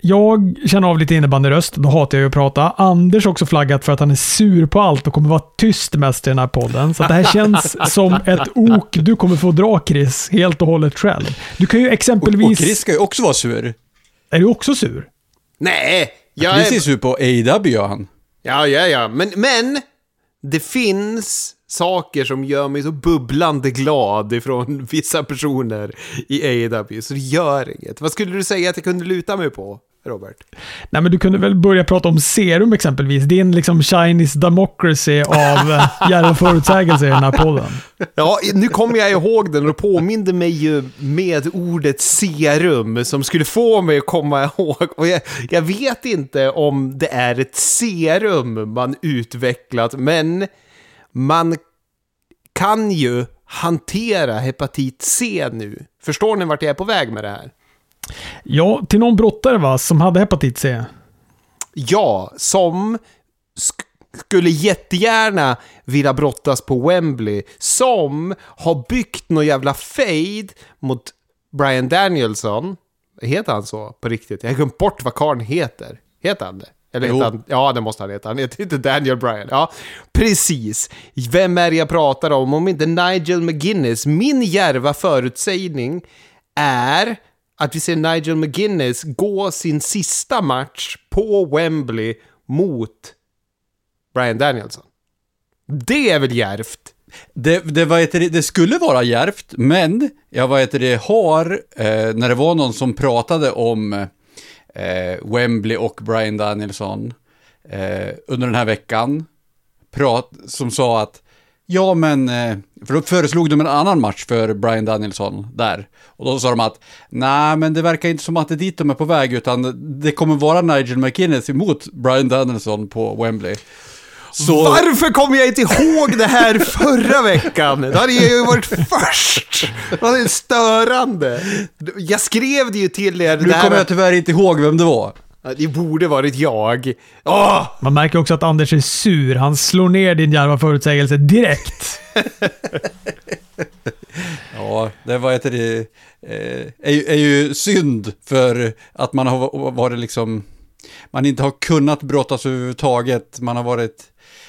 Jag känner av lite innebandyröst, då hatar jag ju att prata. Anders har också flaggat för att han är sur på allt och kommer vara tyst mest i den här podden. Så det här känns som ett ok du kommer få dra, Chris, helt och hållet själv. Du kan ju exempelvis... Och Chris ska ju också vara sur. Är du också sur? Nej, Chris är sur på AEW, han. Ja. Men det finns saker som gör mig så bubblande glad ifrån vissa personer i AEW, så det gör inget. Vad skulle du säga att jag kunde luta mig på, Robert? Nej, men du kunde väl börja prata om serum exempelvis. Det är en liksom Chinese democracy av jävla förutsägelser i den här podden. Ja, nu kommer jag ihåg den och påminde mig ju med ordet serum som skulle få mig att komma ihåg. Och jag vet inte om det är ett serum man utvecklat, men man kan ju hantera hepatit C nu. Förstår ni vart jag är på väg med det här? Ja, till någon brottare, va, som hade hepatit C. Ja, som skulle jättegärna vilja brottas på Wembley, som har byggt någon jävla fade mot Bryan Danielson. Heter han så på riktigt? Jag har glömt bort vad karln heter. Heter han det? Eller heter han? Ja, det måste han heta. Han heter inte Daniel Bryan. Ja, precis. Vem är det jag pratar om inte Nigel McGuinness? Min djärva förutsägning är att vi ser Nigel McGuinness gå sin sista match på Wembley mot Bryan Danielson. Det är väl djärvt? Det skulle vara djärvt, men jag när det var någon som pratade om Wembley och Bryan Danielson under den här veckan som sa att ja, men för då föreslog de en annan match för Bryan Danielson där. Och då sa de att nej, men det verkar inte som att det är dit de är på väg, utan det kommer vara Nigel McGuinness emot Bryan Danielson på Wembley. Så... Varför kommer jag inte ihåg det här förra veckan? Det hade ju varit först. Det var störande. Jag skrev det ju till er. Nu kommer jag tyvärr inte ihåg vem det var. Det borde varit jag. Man märker också att Anders är sur. Han slår ner din jävla förutsägelse direkt. Ja, det var är ju synd för att man har varit liksom, man inte har kunnat brottas överhuvudtaget. Man har varit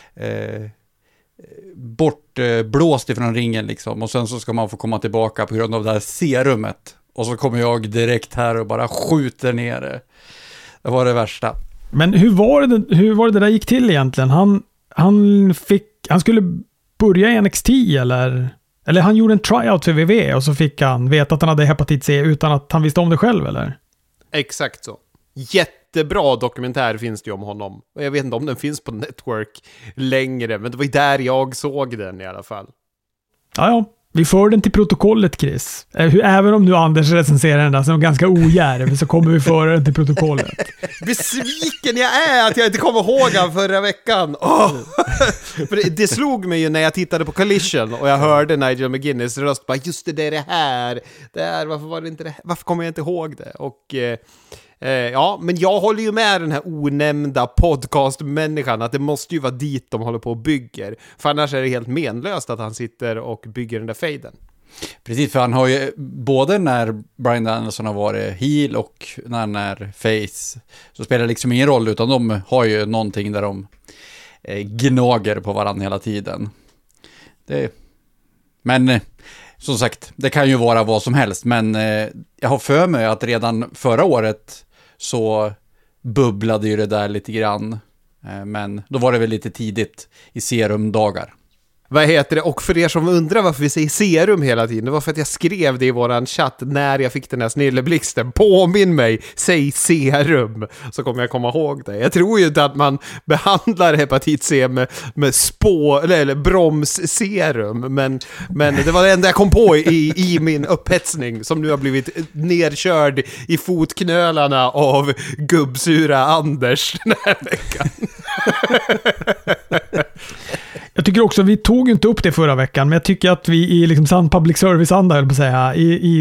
bortblåst ifrån ringen liksom, och sen så ska man få komma tillbaka på grund av det här serumet, och så kommer jag direkt här och bara skjuter ner det. Det var det värsta. Men hur var det där gick till egentligen? Han skulle börja i NXT eller han gjorde en tryout för WWE och så fick han veta att han hade hepatit C utan att han visste om det själv, eller? Exakt så. Jättebra dokumentär finns det ju om honom. Och jag vet inte om den finns på Network längre, men det var ju där jag såg den i alla fall. Ja. Vi för den till protokollet, Chris. Även om nu Anders recenserar den där som ganska ojärv, så kommer vi föra den till protokollet. Besviken jag är att jag inte kommer ihåg han förra veckan. För det slog mig ju när jag tittade på Collision och jag hörde Nigel McGuinness röst. Bara, just det är det här. Varför var det inte det? Varför kommer jag inte ihåg det? Och... ja, men jag håller ju med den här onämnda podcastmänniskan att det måste ju vara dit de håller på och bygger. För annars är det helt menlöst att han sitter och bygger den där faden. Precis, för han har ju både när Bryan Danielson har varit heel och när han är face, så spelar det liksom ingen roll, utan de har ju någonting där de gnager på varandra hela tiden. Men som sagt, det kan ju vara vad som helst, men jag har för mig att redan förra året så bubblade ju det där lite grann, men då var det väl lite tidigt i serumdagar. Vad heter det? Och för er som undrar varför vi säger serum hela tiden, det var för att jag skrev det i våran chatt när jag fick den här snilleblixten. Påminn mig, säg serum, så kommer jag komma ihåg det. Jag tror ju inte att man behandlar hepatit C med eller bromsserum, men det var det enda jag kom på i min upphetsning, som nu har blivit nerkörd i fotknölarna av gubbsura Anders den här veckan. Jag tycker också, vi tog inte upp det förra veckan, men jag tycker att vi i liksom sann public service-anda, höll på att säga,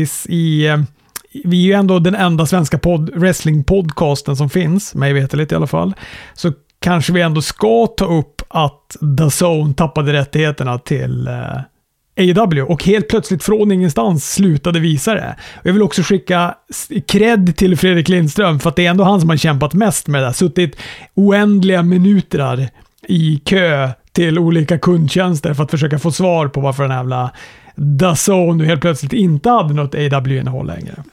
vi är ju ändå den enda svenska wrestling-podcasten som finns, mig veterligt i alla fall, så kanske vi ändå ska ta upp att DAZN tappade rättigheterna till AEW och helt plötsligt från ingenstans slutade visa det. Och jag vill också skicka cred till Fredrik Lindström för att det är ändå han som har kämpat mest med det där. Suttit oändliga minuter i kö till olika kundtjänster för att försöka få svar på varför den jävla DAZN nu helt plötsligt inte hade något AEW-innehåll längre.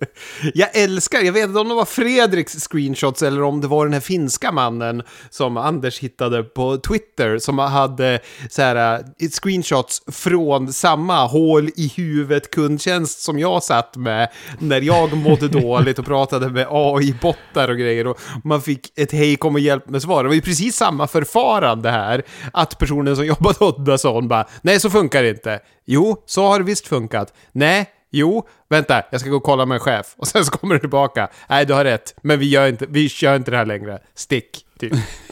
Jag vet inte om det var Fredriks screenshots eller om det var den här finska mannen som Anders hittade på Twitter som hade så här screenshots från samma hål i huvudet kundtjänst som jag satt med när jag mådde dåligt och pratade med AI-bottar och grejer och man fick ett hej, kom och hjälp med svar. Det var ju precis samma förfarande här, att personen som jobbade åt DAZN bara, nej så funkar det inte. Jo, så har det visst funkat. Nej, jo, vänta, jag ska gå och kolla med en chef. Och sen så kommer det tillbaka. Nej, du har rätt. Men vi kör inte det här längre. Stick, typ.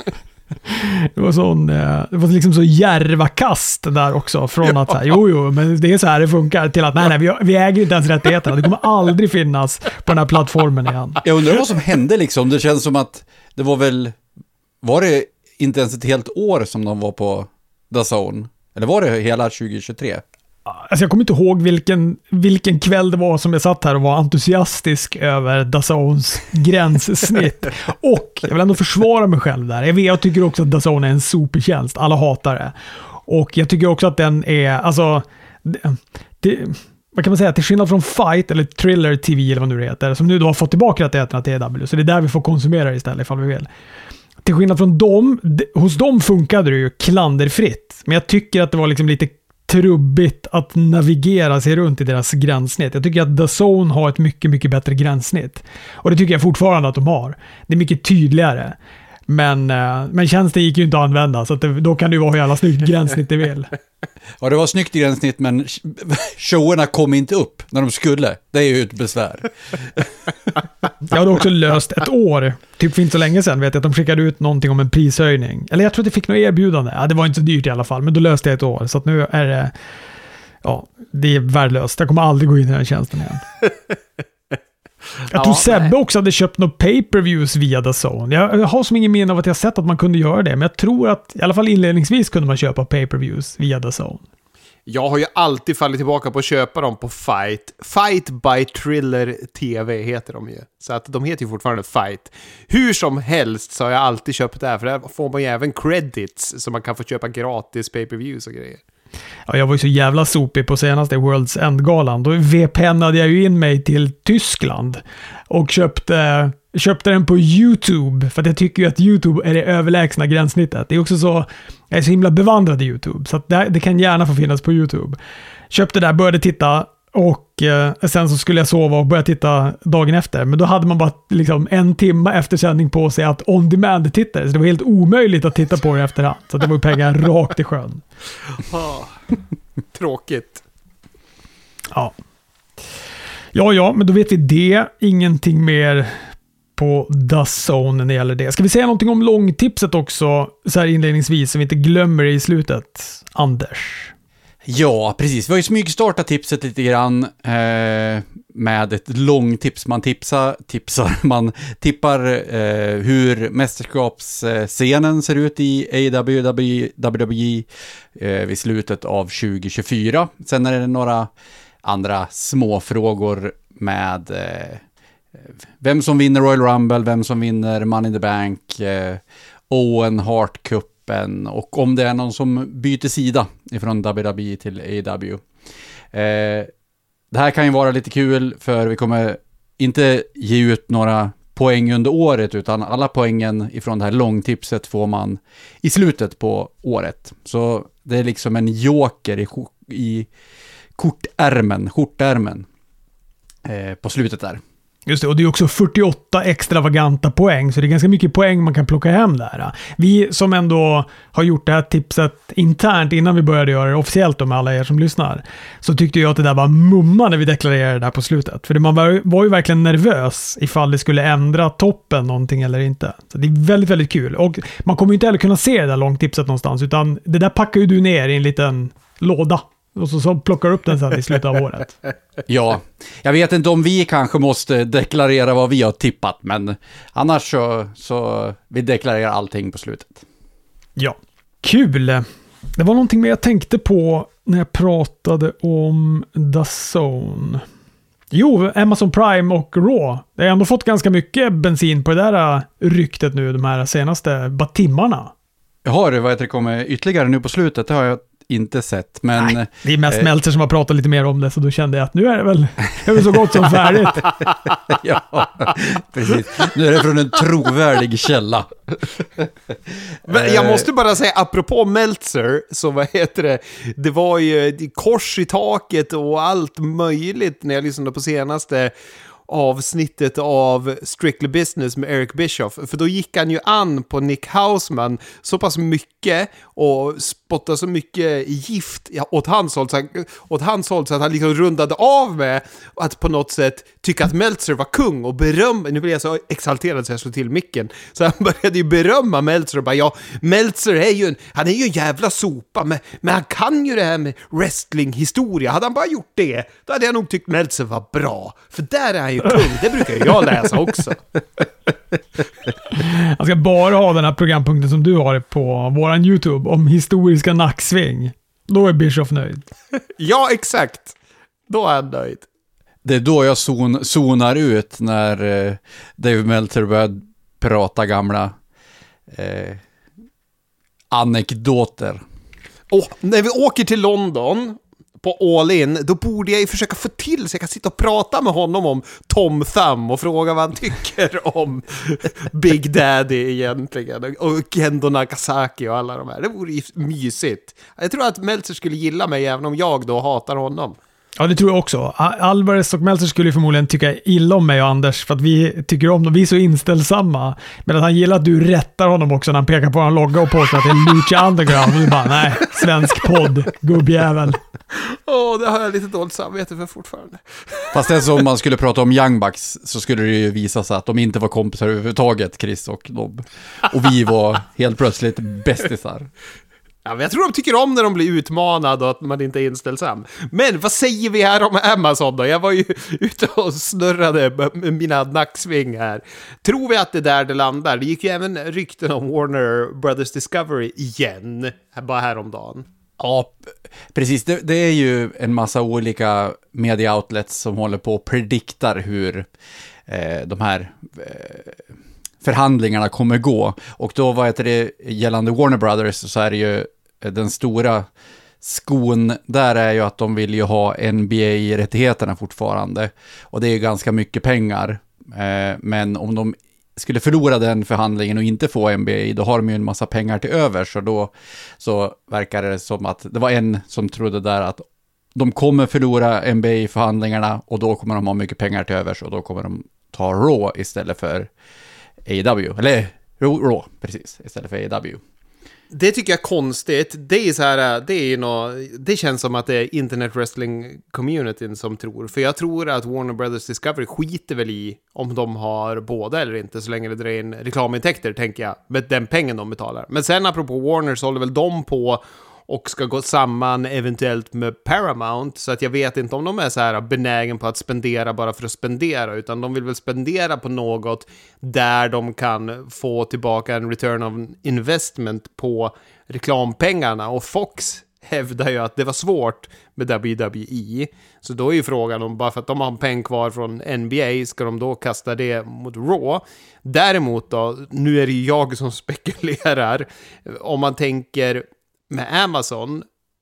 Det var liksom så järva kast där också. Från att säga, jo, men det är så här det funkar. Till att nej, vi äger inte ens rättigheterna. Det kommer aldrig finnas på den här plattformen igen. Jag undrar vad som hände liksom. Det känns som att det var det inte ens ett helt år som de var på DAZN? Eller var det hela 2023? Alltså jag kommer inte ihåg vilken kväll det var som jag satt här och var entusiastisk över DAZNs gränssnitt. Och jag vill ändå försvara mig själv där. Jag tycker också att DAZN är en supertjänst. Alla hatar det. Och jag tycker också att den är, alltså, vad kan man säga, till skillnad från Fight eller Thriller TV eller vad nu det heter, som nu då har fått tillbaka rättigheterna till AEW. Så det är där vi får konsumera istället ifall vi vill. Till skillnad från dem, hos dem funkade det ju klanderfritt. Men jag tycker att det var liksom lite trubbigt att navigera sig runt i deras gränssnitt. Jag tycker att DAZN har ett mycket, mycket bättre gränssnitt. Och det tycker jag fortfarande att de har. Det är mycket tydligare. Men tjänsten gick ju inte att använda, så att då kan det ju vara hur jävla snyggt gränssnitt det vill. Ja, det var snyggt gränssnitt, men showerna kom inte upp när de skulle. Det är ju ett besvär. Jag hade också löst ett år, typ för inte så länge sedan, vet jag att de skickade ut någonting om en prishöjning. Eller jag tror att jag fick något erbjudande. Ja, det var inte så dyrt i alla fall, men då löste jag ett år. Så att nu är det, ja, det är värdelöst. Jag kommer aldrig gå in i den här tjänsten igen. Jag tror Sebbe också hade köpt några pay-per-views via DAZN. Jag har som ingen minne av att jag sett att man kunde göra det, men jag tror att i alla fall inledningsvis kunde man köpa pay-per-views via DAZN. Jag har ju alltid fallit tillbaka på att köpa dem på Fight. Fight by Thriller TV heter de ju. Så att de heter ju fortfarande Fight. Hur som helst så har jag alltid köpt det här, för där får man ju även credits så man kan få köpa gratis pay-per-views och grejer. Ja, jag var ju så jävla sopig på senaste World's End-galan. Då VPNade jag ju in mig till Tyskland och köpte den på YouTube, för att jag tycker ju att YouTube är det överlägsna gränssnittet. Det är också så, jag är så himla bevandrad i YouTube, så att det kan gärna få finnas på YouTube. Köpte där, började titta och sen så skulle jag sova och börja titta dagen efter. Men då hade man bara liksom 1 timme efter sändning på sig att on demand tittade. Så det var helt omöjligt att titta på det efterhand. Så det var pengar rakt i sjön. Tråkigt. Ja, men då vet vi det. Ingenting mer på DAZN när det gäller det. Ska vi säga någonting om långtipset också så här inledningsvis, så vi inte glömmer det i slutet? Anders? Ja, precis. Vi har ju smygstartat tipset lite grann med ett långtips. Man tippar hur mästerskapsscenen ser ut i WWE vid slutet av 2024. Sen är det några andra små frågor med vem som vinner Royal Rumble, vem som vinner Money in the Bank, Owen Hart Cup, och om det är någon som byter sida ifrån WWE till AEW. Det här kan ju vara lite kul, för vi kommer inte ge ut några poäng under året, utan alla poängen ifrån det här långtipset får man i slutet på året. Så det är liksom en joker i skjortärmen på slutet där. Just det, och det är också 48 extravaganta poäng, så det är ganska mycket poäng man kan plocka hem där. Vi som ändå har gjort det här tipset internt innan vi började göra det officiellt med alla er som lyssnar, så tyckte jag att det där var mumma när vi deklarerade det där på slutet. För man var ju verkligen nervös ifall det skulle ändra toppen någonting eller inte. Så det är väldigt, väldigt kul. Och man kommer ju inte heller kunna se det där långtipset någonstans, utan det där packar ju du ner i en liten låda. Och så plockar upp den sen i slutet av året. Ja, jag vet inte om vi kanske måste deklarera vad vi har tippat, men annars så vi deklarerar allting på slutet. Ja, kul! Det var någonting mer jag tänkte på när jag pratade om DAZN. Jo, Amazon Prime och Raw. Det har ändå fått ganska mycket bensin på det där ryktet nu de här senaste bara timmarna. Jag har det kommer ytterligare nu på slutet, det har jag inte sett. Men, nej, det är mest Meltzer som har pratat lite mer om det, så då kände jag att nu är det väl så gott som färdigt. Ja, precis. Nu är det från en trovärdig källa. Men jag måste bara säga, apropå Meltzer, så det var ju kors i taket och allt möjligt när jag lyssnade på senaste avsnittet av Strictly Business med Eric Bischoff, för då gick han ju an på Nick Hausman så pass mycket och spottade så mycket gift åt hans håll så att han liksom rundade av med att på något sätt tycka att Meltzer var kung och berömma. Nu blir jag så exalterad så jag slår till micken, så han började ju berömma Meltzer och bara, ja, Meltzer är ju en jävla sopa, men han kan ju det här med wrestlinghistoria. Hade han bara gjort det, då hade jag nog tyckt Meltzer var bra, för där är han ju kung. Det brukar jag läsa också. Jag ska bara ha den här programpunkten som du har på våran YouTube om historiska nacksving. Då är Bischoff nöjd. Ja, exakt. Då är han nöjd. Det är då jag zonar ut när Dave Meltzer börjar prata gamla anekdoter. Och när vi åker till London på All In, då borde jag ju försöka få till så jag kan sitta och prata med honom om Tom Thumb och fråga vad han tycker om Big Daddy egentligen, och Kendo Nagasaki och alla de här. Det vore ju mysigt. Jag tror att Meltzer skulle gilla mig även om jag då hatar honom. Ja, det tror jag också. Alvarez och Meltzer skulle förmodligen tycka illa om mig och Anders för att vi tycker om dem. Vi är så inställsamma. Men att han gillar att du rättar honom också när han pekar på en logga och påstår att det är Lucha Underground. Och du bara, nej, svensk podd, gubbjävel. Det har jag lite dåligt samvete för fortfarande. Fast det är som om man skulle prata om Young Bucks, så skulle det ju visa sig att de inte var kompisar överhuvudtaget, Chris och Dobb. Och vi var helt plötsligt bästisar. Ja, men jag tror de tycker om när de blir utmanade och att man inte är inställsam. Men vad säger vi här om Amazon då? Jag var ju ute och snurrade med mina nacksving här. Tror vi att det är där det landar? Det gick ju även rykten om Warner Brothers Discovery igen, bara häromdagen. Ja, precis. Det är ju en massa olika media outlets som håller på och prediktar hur de här förhandlingarna kommer gå. Och då gällande Warner Brothers, så är det ju den stora skon där är ju att de vill ju ha NBA-rättigheterna fortfarande. Och det är ju ganska mycket pengar. Men om de skulle förlora den förhandlingen och inte få NBA, då har de ju en massa pengar till över. Så då så verkar det som att det var en som trodde där att de kommer förlora NBA i förhandlingarna och då kommer de ha mycket pengar till över, så då kommer de ta Raw istället för AEW. Eller Raw, precis, istället för AEW. Det tycker jag är konstigt. Det är så här, det känns som att det är internet wrestling communityn som tror. För jag tror att Warner Brothers Discovery skiter väl i om de har båda eller inte, så länge det drar in reklamintäkter, tänker jag, med den pengen de betalar. Men sen apropå Warner så håller väl de på och ska gå samman eventuellt med Paramount, så att jag vet inte om de är så här benägen på att spendera bara för att spendera, utan de vill väl spendera på något där de kan få tillbaka en return of investment på reklampengarna. Och Fox hävdar ju att det var svårt med WWE, så då är ju frågan om bara för att de har en peng kvar från NBA, ska de då kasta det mot Raw? Däremot då, nu är det ju jag som spekulerar, om man tänker med Amazon,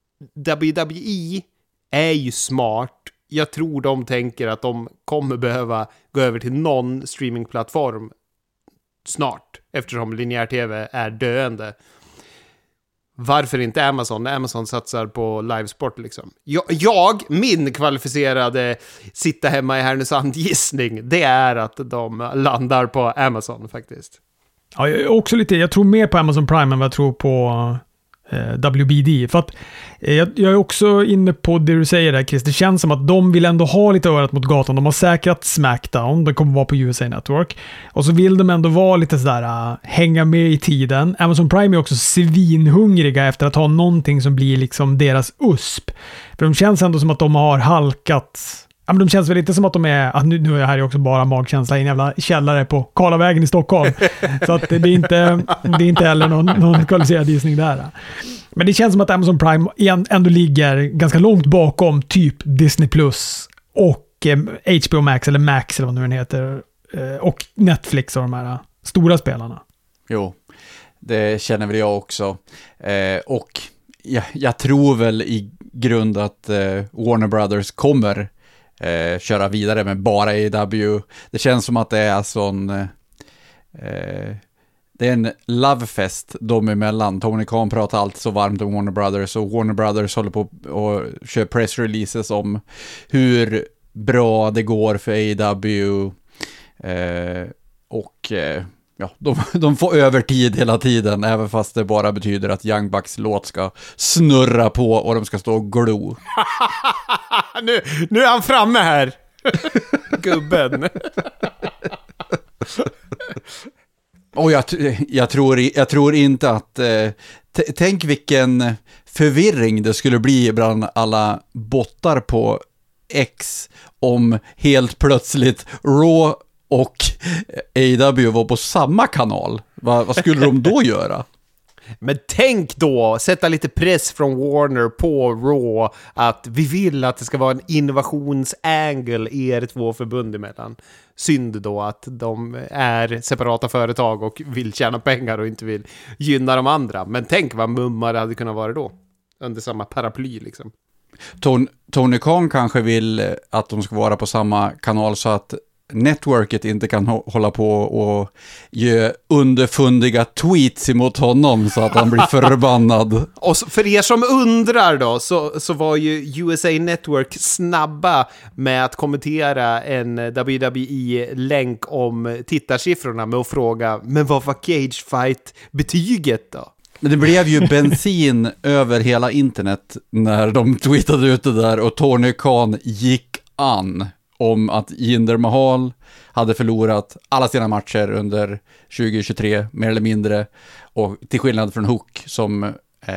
WWE är ju smart. Jag tror de tänker att de kommer behöva gå över till någon streamingplattform snart, eftersom linjär tv är döende. Varför inte Amazon? Amazon satsar på livesport liksom. Min kvalificerade sitta hemma i Härnösand gissning, det är att de landar på Amazon faktiskt. Ja, jag tror mer på Amazon Prime än vad jag tror på WBD, för att jag är också inne på det du säger där, Chris. Det känns som att de vill ändå ha lite örat mot gatan. De har säkrat SmackDown, det kommer vara på USA Network, och så vill de ändå vara lite sådär hänga med i tiden. Amazon Prime är också svinhungriga efter att ha någonting som blir liksom deras USP, för de känns ändå som att de har halkat Ja, men de känns väl inte som att de är, att nu är det här också bara magkänsla i en jävla källare på Karlavägen i Stockholm. Så att det är inte heller någon kvalificerad gissning där. Men det känns som att Amazon Prime ändå ligger ganska långt bakom typ Disney Plus och HBO Max eller Max eller vad nu den heter och Netflix och de här stora spelarna. Jo, det känner väl jag också. Och jag tror väl i grund att Warner Brothers kommer köra vidare med bara AEW. Det känns som att det är sån det är en lovefest dem emellan. Tony Khan pratar alltid så varmt om Warner Brothers och Warner Brothers håller på och kör pressreleases om hur bra det går för AEW och ja, de får övertid hela tiden, även fast det bara betyder att Young Bucks låt ska snurra på och de ska stå och glo. nu är han framme här. Gubben. Och jag tror inte att tänk vilken förvirring det skulle bli bland alla bottar på X om helt plötsligt Raw och AEW var på samma kanal. Vad skulle de då göra? Men tänk då, sätta lite press från Warner på Raw att vi vill att det ska vara en innovationsangle i er två förbund emellan. Synd då att de är separata företag och vill tjäna pengar och inte vill gynna de andra. Men tänk vad mummar det hade kunnat vara då. Under samma paraply liksom. Tony Khan kanske vill att de ska vara på samma kanal så att networket inte kan hålla på och ge underfundiga tweets emot honom så att han blir förbannad. Och för er som undrar då så var ju USA Network snabba med att kommentera en WWE-länk om tittarsiffrorna med att fråga, men vad var Cage Fight-betyget då? Men det blev ju bensin över hela internet när de tweetade ut det där och Tony Khan gick an om att Jinder Mahal hade förlorat alla sina matcher under 2023, mer eller mindre. Och till skillnad från Hook som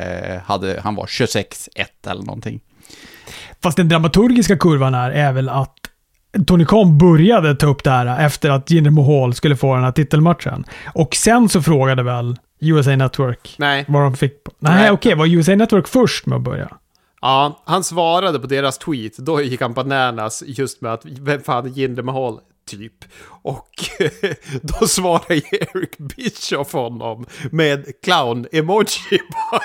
han var 26-1 eller någonting. Fast den dramaturgiska kurvan här är väl att Tony Khan började ta upp det här efter att Jinder Mahal skulle få den här titelmatchen. Och sen så frågade väl USA Network vad de fick på. Nej, okej, var USA Network först med att börja? Ja, han svarade på deras tweet. Då gick han bananas just med att vem fan är Jinder Mahal typ. Och då svarade Eric Bischoff honom med clown-emoji bara.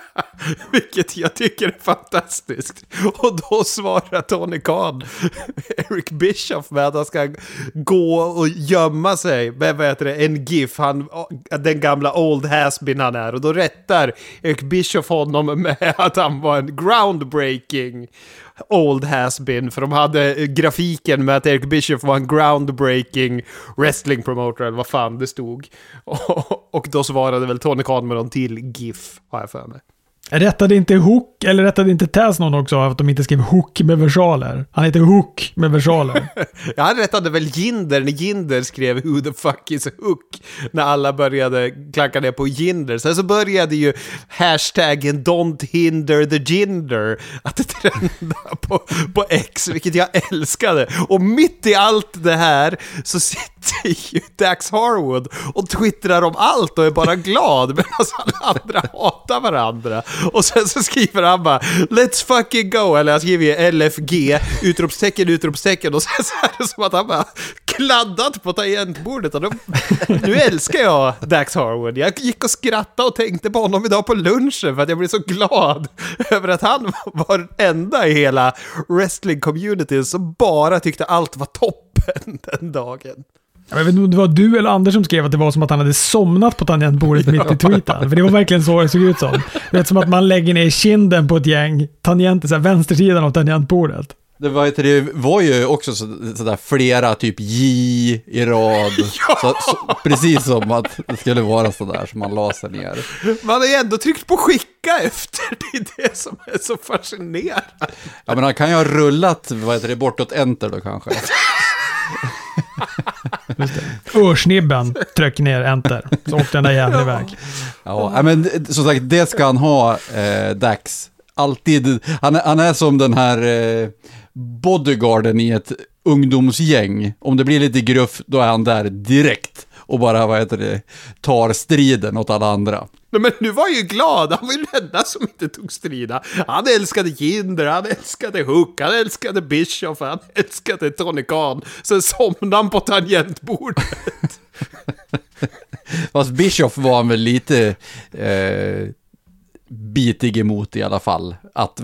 Vilket jag tycker är fantastiskt. Och då svarar Tony Khan Eric Bischoff med att han ska gå och gömma sig med en gif, den gamla old has-been han är. Och då rättar Eric Bischoff honom med att han var en groundbreaking old has-been, för de hade grafiken med att Eric Bischoff var en groundbreaking wrestling promoter eller vad fan det stod. Och då svarade väl Tony Khan med någon till gif, har jag för mig. Rättade inte Hook, eller rättade inte Taz någon också av att de inte skrev Hook med versaler? Han heter Hook med versaler. Ja, han rättade väl Jinder när Jinder skrev Who the fuck is Hook, när alla började klanka ner på Jinder. Sen så började ju hashtaggen Don't Hinder the Jinder att trenda på X, vilket jag älskade. Och mitt i allt det här så sitter ju Dax Harwood och twittrar om allt och är bara glad, medan alla andra hatar varandra. Och sen så skriver han bara let's fucking go, eller han skriver ju LFG utropstecken och sen så är det som att han bara kladdat på tangentbordet. Och nu älskar jag Dax Harwood. Jag gick och skrattade och tänkte på honom idag på lunchen för att jag blev så glad över att han var enda i hela wrestling-community som bara tyckte allt var toppen den dagen. Jag vet inte om det var du eller Anders som skrev att det var som att han hade somnat på tangentbordet mitt i tweeten. För det var verkligen så det såg ut som. Det är som att man lägger ner kinden på ett gäng tangenter, så här, vänstersidan av tangentbordet. Det var ju också sådär flera typ J i rad. Så, precis som att det skulle vara sådär som man la sig ner. Man har ju ändå tryckt på skicka efter. Det är det som är så fascinerande. Ja, men han kan ju ha rullat bortåt enter då kanske. Örsnibben tryck ner enter, så åkte den där jävla iväg. Ja, men som sagt, det ska han ha, Dax. Alltid, han är som den här bodyguarden i ett ungdomsgäng. Om det blir lite gruff, då är han där direkt och bara, tar striden åt alla andra. Nej, men nu var jag ju glad. Han var ju den enda som inte tog strida. Han älskade Jinder, han älskade Hook, han älskade Bischoff, han älskade Tony Khan. Sen somnade han på tangentbordet. Fast Bischoff var han väl lite bitig emot i alla fall. Att,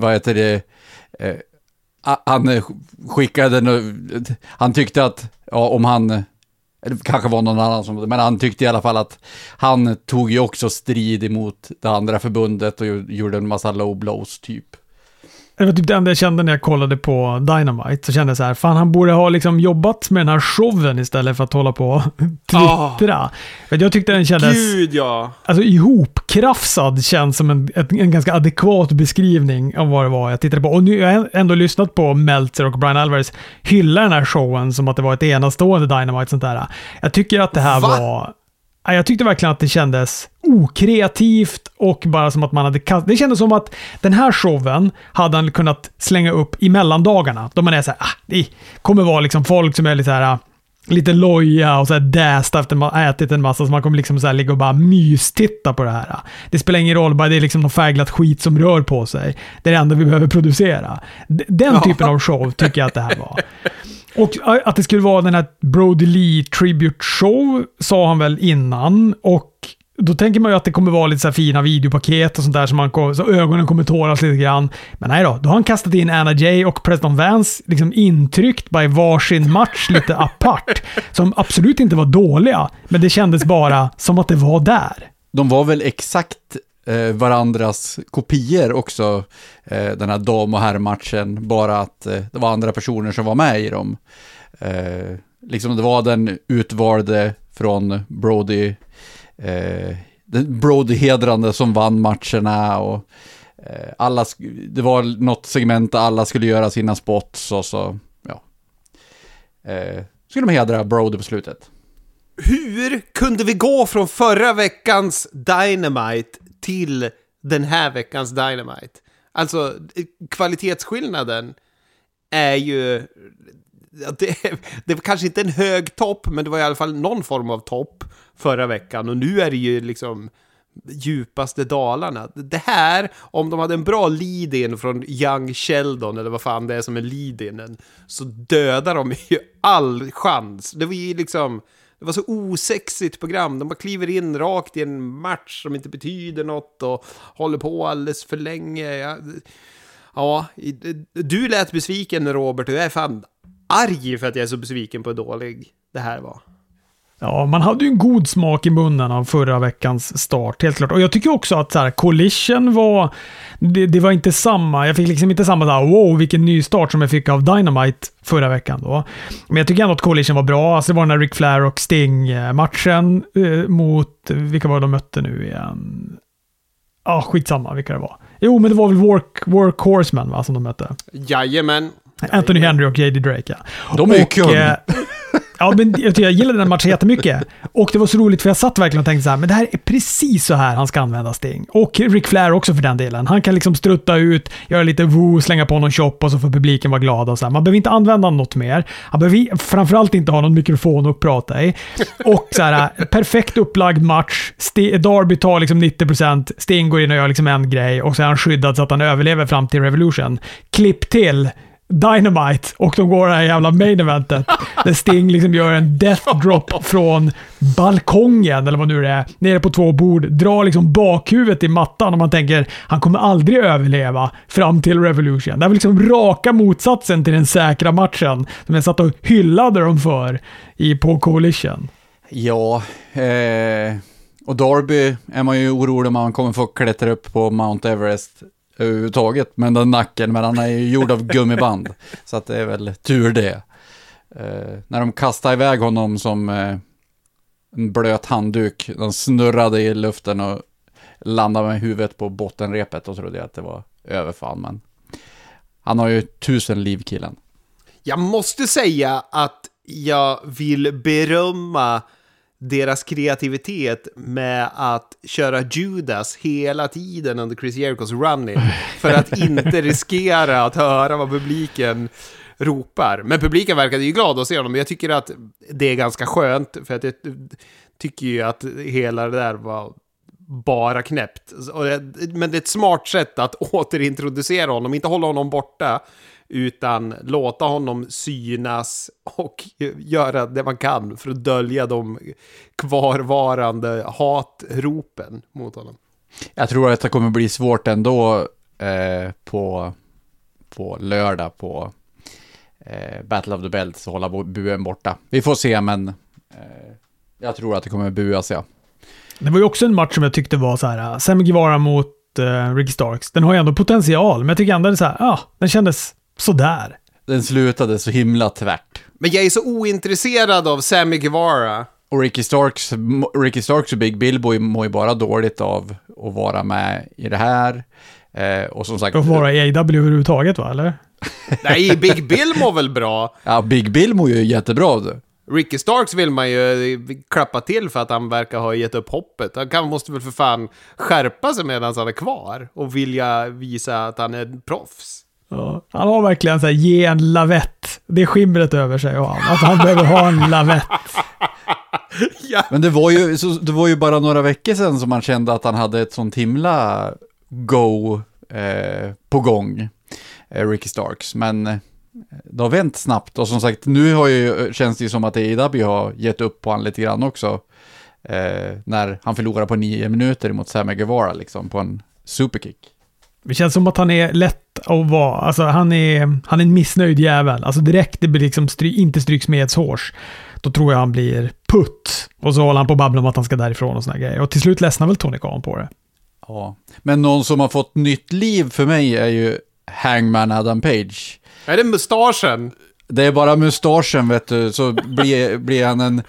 han skickade, han tyckte att, ja, om han, eller kanske var någon annan som, men han tyckte i alla fall att han tog ju också strid emot det andra förbundet och gjorde en massa low blows typ. Det var typ det enda jag kände när jag kollade på Dynamite. Så kände jag så här, fan, han borde ha liksom jobbat med den här showen istället för att hålla på och twittra. Jag tyckte den kändes... Gud, ja. Alltså ihopkrafsad känns som en ganska adekvat beskrivning av vad det var jag tittade på. Och nu har jag ändå lyssnat på Meltzer och Brian Alvarez hylla den här showen som att det var ett enastående Dynamite. Sånt där. Jag tycker att det här var... Jag tyckte verkligen att det kändes okreativt och bara som att man hade det kändes som att den här showen hade han kunnat slänga upp i mellandagarna. Då man är så här, det kommer vara liksom folk som är lite så här, lite loja och så här däst efter man ätit en massa, så man kommer liksom så här ligga och bara mystitta på det här. Det spelar ingen roll, bara det är liksom någon färglat skit som rör på sig. Det är det enda vi behöver producera. Den typen av show tycker jag att det här var. Och att det skulle vara den här Brody Lee Tribute Show sa han väl innan, och då tänker man ju att det kommer vara lite så här fina videopaket och sånt där så ögonen kommer tåras lite grann. Men nej då har han kastat in Anna Jay och Preston Vance liksom intryckt by varsin match lite apart, som absolut inte var dåliga, men det kändes bara som att det var där. De var väl exakt varandras kopior också, den här dam- och herrmatchen, bara att det var andra personer som var med i dem. Liksom det var den utvalde från Brody, den Brody-hedrande som vann matcherna, och alla, det var något segment där alla skulle göra sina spots, och så skulle de hedra Brody på slutet. Hur kunde vi gå från förra veckans Dynamite till den här veckans Dynamite? Alltså, kvalitetsskillnaden är ju... Det var kanske inte en hög topp, men det var i alla fall någon form av topp förra veckan. Och nu är det ju liksom djupaste dalarna. Det här, om de hade en bra lead-in från Young Sheldon, eller vad fan det är som är lead-inen, så dödar de ju all chans. Det var ju liksom... Det var så osexigt program. De bara kliver in rakt i en match som inte betyder något och håller på alldeles för länge. Ja, du lät besviken, Robert, och jag är fan arg för att jag är så besviken på hur dålig det här var. Ja, man hade ju en god smak i munnen av förra veckans start, helt klart. Och jag tycker också att så här, Collision var... Det var inte samma... Jag fick liksom inte samma så här, wow, vilken ny start som jag fick av Dynamite förra veckan då. Men jag tycker ändå att Collision var bra. Alltså det var den här Ric Flair och Sting-matchen mot... Vilka var de mötte nu igen? Skitsamma vilka det var. Jo, men det var väl Work Horseman, va, som de mötte. Jajamän. Anthony Henry och J.D. Drake, ja. De är ju kul. Ja, men jag gillade den matchen jättemycket. Och det var så roligt för jag satt verkligen och tänkte så här, men det här är precis så här han ska använda Sting. Och Ric Flair också för den delen. Han kan liksom strutta ut, göra lite woo, slänga på någon chop och så får publiken vara glad och så här. Man behöver inte använda något mer. Han behöver framförallt inte ha någon mikrofon att prata i. Och så här, perfekt upplagd match. Darby tar liksom 90%, Sting går in och gör liksom en grej och så är han skyddad så att han överlever fram till Revolution. Klipp till Dynamite och de går det här jävla main eventet där Sting liksom gör en death drop från balkongen eller vad nu det är, nere på 2 bord, drar liksom bakhuvudet i mattan och man tänker, han kommer aldrig överleva fram till Revolution. Det är liksom raka motsatsen till den säkra matchen som jag satt och hyllade dem för på Coalition. Ja, och Darby är man ju orolig om man kommer få klättra upp på Mount Everest överhuvudtaget, men den nacken, men han är ju gjord av gummiband så att det är väl tur det. När de kastade iväg honom som en blöt handduk, de snurrade i luften och landade med huvudet på bottenrepet, och trodde jag att det var överfall, men han har ju 1000 liv, killen. Jag måste säga att jag vill berömma deras kreativitet med att köra Judas hela tiden under Chris Jerichos running för att inte riskera att höra vad publiken ropar. Men publiken verkade ju glad att se honom. Jag tycker att det är ganska skönt, för att jag tycker ju att hela det där var bara knäppt. Men det är ett smart sätt att återintroducera honom, inte hålla honom borta, utan låta honom synas och göra det man kan för att dölja de kvarvarande hatropen mot honom. Jag tror att det kommer bli svårt ändå på lördag på Battle of the Belt, så hålla buen borta. Vi får se, men jag tror att det kommer buas, ja. Det var ju också en match som jag tyckte var så här, Sammy Guevara mot Ricky Starks. Den har ju ändå potential, men jag tycker ändå det så här, den kändes sådär. Den slutade så himla tvärt. Men jag är så ointresserad av Sammy Guevara. Och Ricky Starks och Big Bill mår ju bara dåligt av att vara med i det här. Och som sagt... Och vara i AEW överhuvudtaget, va, eller? Nej, Big Bill mår väl bra. Ja, Big Bill mår ju jättebra av det. Ricky Starks vill man ju klappa till för att han verkar ha gett upp hoppet. Han måste väl för fan skärpa sig medan han är kvar och vilja visa att han är proffs. Ja, han har verkligen så här, ge en lavett. Det är skimret över sig och att han behöver ha en lavett. Ja. Men det var ju bara några veckor sedan som man kände att han hade ett sånt himla go på gång, Ricky Starks. Men det har vänt snabbt, och som sagt, nu känns det ju som att AEW har gett upp på han lite grann också, när han förlorar på 9 minuter mot Sammy Guevara liksom, på en superkick. Det känns som att han är lätt att vara, alltså han är en missnöjd jävel. Alltså direkt det blir liksom inte stryks med ett hårs, då tror jag han blir putt, och så håller han på att babbla om att han ska därifrån och såna grejer, och till slut ledsnar väl Tony Khan på det. Ja, men någon som har fått nytt liv för mig är ju Hangman Adam Page. Är det mustaschen? Det är bara mustaschen, vet du, så blir han en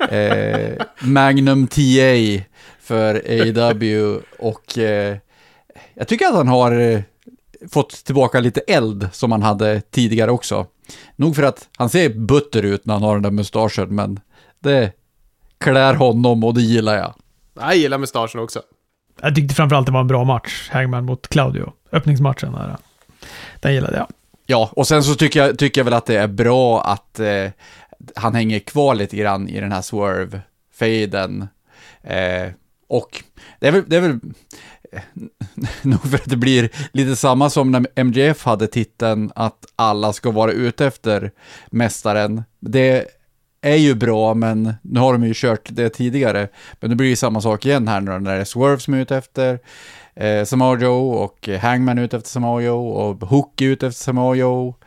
Magnum TA för AEW, och jag tycker att han har fått tillbaka lite eld som han hade tidigare också. Nog för att han ser butter ut när han har den där mustaschen, men det klär honom och det gillar jag. Jag gillar mustaschen också. Jag tyckte framförallt det var en bra match, Hangman mot Claudio. Öppningsmatchen där. Den gillade jag. Ja, och sen så tycker jag väl att det är bra att han hänger kvar lite grann i den här swerve-faden. Och det är väl nog för att det blir lite samma som när MJF hade titeln, att alla ska vara ute efter mästaren. Det är ju bra, men nu har de ju kört det tidigare. Men det blir ju samma sak igen här när det är Swerve som är ute efter Samoa Joe, och Hangman ute efter Samoa Joe, och Hook ute efter Samoa Joe,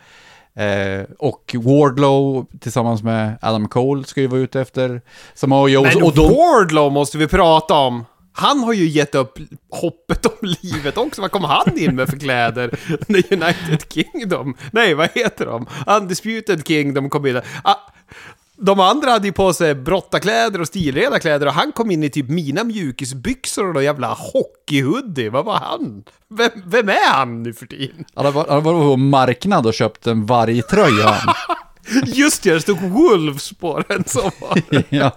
och Wardlow tillsammans med Adam Cole ska ju vara ute efter Samoa Joe. Men och Wardlow måste vi prata om. Han har ju gett upp hoppet om livet också. Vad kommer han in med för kläder? The United Kingdom. Nej, vad heter de? Undisputed Kingdom kom in. De andra hade ju på sig brottarkläder och stilredarkläder, och han kom in i typ mina mjukisbyxor och någon jävla hockeyhoodie. Vad var han? Vem är han nu för tiden? Han var på marknad och köpt en vargtröja. Just det stod Wolves på den som var. Ja.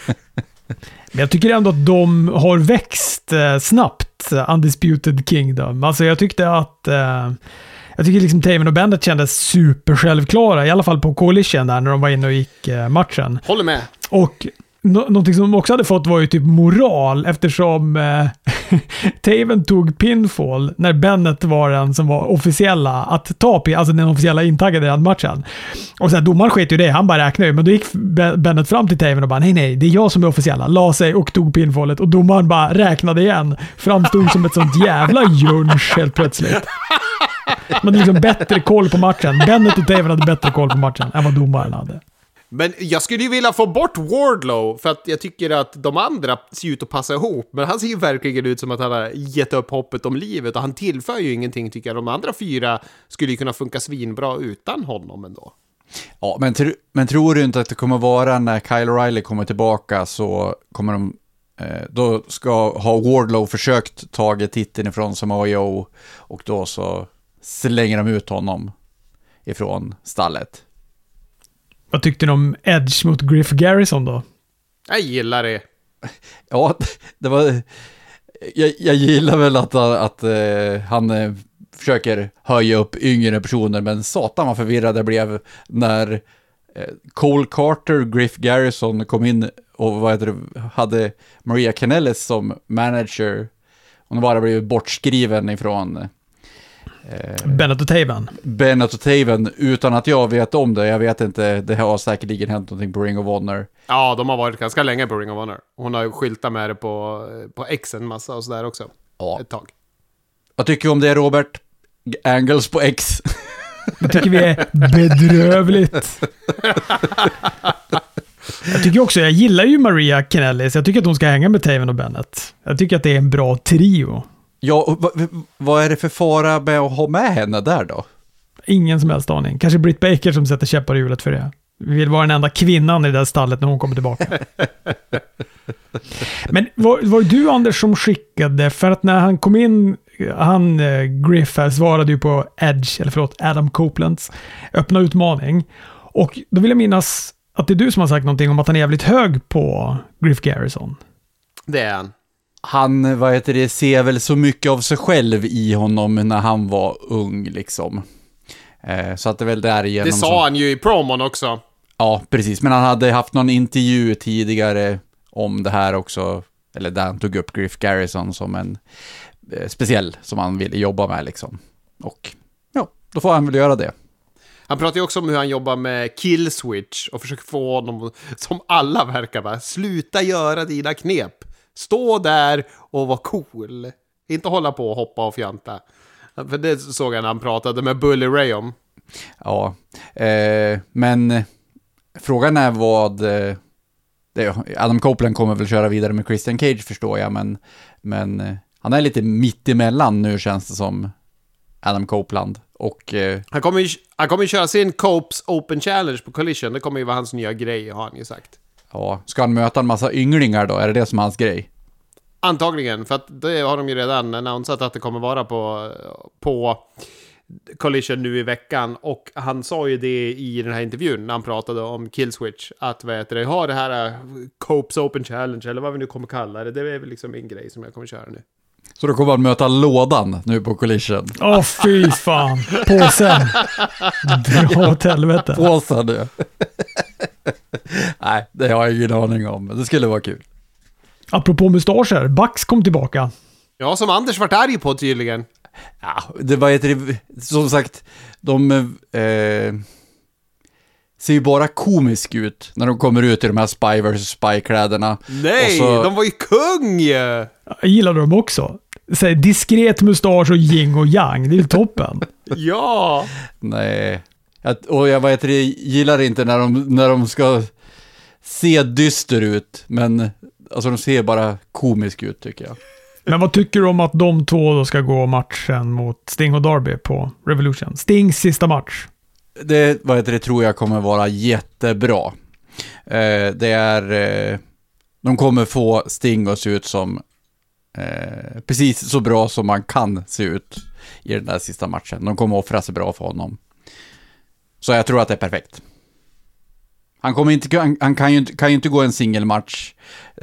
Men jag tycker ändå att de har växt snabbt, Undisputed Kingdom. Alltså jag tycker liksom Taven och Bennett kändes super självklara, i alla fall på Coalition där när de var inne och gick matchen. Håller med. Och någonting som de också hade fått var ju typ moral, eftersom Taven tog pinfall när Bennett var den som var officiella att ta alltså den officiella intaggade i den matchen. Och sen domaren sket ju det, han bara räknade, men då gick Bennett fram till Taven och bara nej, det är jag som är officiella, la sig och tog pinfallet, och domaren bara räknade igen, framstod som ett sånt jävla junch helt plötsligt. Man hade liksom bättre koll på matchen. Bennett och Taven hade bättre koll på matchen än vad domaren hade. Men jag skulle ju vilja få bort Wardlow, för att jag tycker att de andra ser ut att passa ihop. Men han ser ju verkligen ut som att han har gett upp hoppet om livet, och han tillför ju ingenting, tycker jag. De andra 4 skulle ju kunna funka svinbra utan honom ändå. Ja, men tror du inte att det kommer vara när Kyle O'Reilly kommer tillbaka, så kommer de då ska ha Wardlow försökt taga titeln ifrån Samoa Joe, och då så slänger de ut honom ifrån stallet. Vad tyckte ni om Edge mot Griff Garrison då? Jag gillar det. Ja, det var... Jag gillar väl att han försöker höja upp yngre personer, men satan vad förvirrad det blev när Cole Carter, Griff Garrison kom in och hade Maria Kanellis som manager. Hon bara blivit bortskriven ifrån Bennett och Taven utan att jag vet om det. Jag vet inte, det har säkerligen hänt någonting på Ring of Honor. Ja, de har varit ganska länge på Ring of Honor. Hon har ju skyltat med det på X en massa och sådär också. Ja. Ett tag. Vad tycker du om det, Robert? Angles på X. Jag tycker vi är bedrövligt. Jag gillar ju Maria Kanellis. Jag tycker att hon ska hänga med Taven och Bennett. Jag tycker att det är en bra trio. Ja, vad är det för fara med att ha med henne där då? Ingen som helst aning. Kanske Britt Baker som sätter käppar i hjulet för det. Vi vill vara den enda kvinnan i det där stallet när hon kommer tillbaka. Men var du, Anders, som skickade? För att när han kom in, Griff här, svarade ju på Adam Copelands öppna utmaning. Och då vill jag minnas att det är du som har sagt någonting om att han är jävligt hög på Griff Garrison. Det är han. Han, ser väl så mycket av sig själv i honom när han var ung liksom. Så att det är väl därigenom. Det sa han ju i promon också. Ja, precis. Men han hade haft någon intervju tidigare om det här också. Eller där han tog upp Griff Garrison som en speciell som han ville jobba med liksom. Och ja, då får han väl göra det. Han pratar ju också om hur han jobbar med Killswitch och försöker få honom, som alla verkar vara, sluta göra dina knep. Stå där och var cool. Inte hålla på och hoppa och fjanta. För det såg jag när han pratade med Bully Ray om. Ja, men frågan är vad... Adam Copeland kommer väl köra vidare med Christian Cage, förstår jag, men han är lite mitt emellan nu, känns det som, Adam Copeland. Och, han kommer ju köra sin Copes Open Challenge på Collision. Det kommer ju vara hans nya grej, har han ju sagt. Ja, ska han möta en massa ynglingar då? Är det som är hans grej? Antagligen, för att det har de ju redan annonsat att det kommer vara på Collision nu i veckan. Och han sa ju det i den här intervjun när han pratade om Killswitch. Att har det här Copes Open Challenge, eller vad vi nu kommer kalla det. Det är väl liksom en grej som jag kommer köra nu. Så då kommer han möta lådan nu på Collision. Fy fan. Påsen. Dra åt helvete. Påsen, ja. Nej, det har jag ingen aning om. Det skulle vara kul. Apropå mustascher, Bax kom tillbaka. Ja, som Anders varit arg på tydligen. Ja, det var som sagt, de ser ju bara komisk ut när de kommer ut i de här Spy vs. Spy-kläderna. Nej, de var ju kung! Jag gillar dem också. Så diskret mustasch och yin och yang, det är ju toppen. Ja! Nej. Jag gillar inte när de ska se dyster ut, men alltså de ser bara komisk ut, tycker jag. Men vad tycker du om att de två då ska gå matchen mot Sting och Darby på Revolution? Stings sista match. Det tror jag kommer vara jättebra. De kommer få Sting att se ut som precis så bra som man kan se ut i den där sista matchen. De kommer offra sig bra för honom. Så jag tror att det är perfekt. Han kan ju inte gå en singelmatch.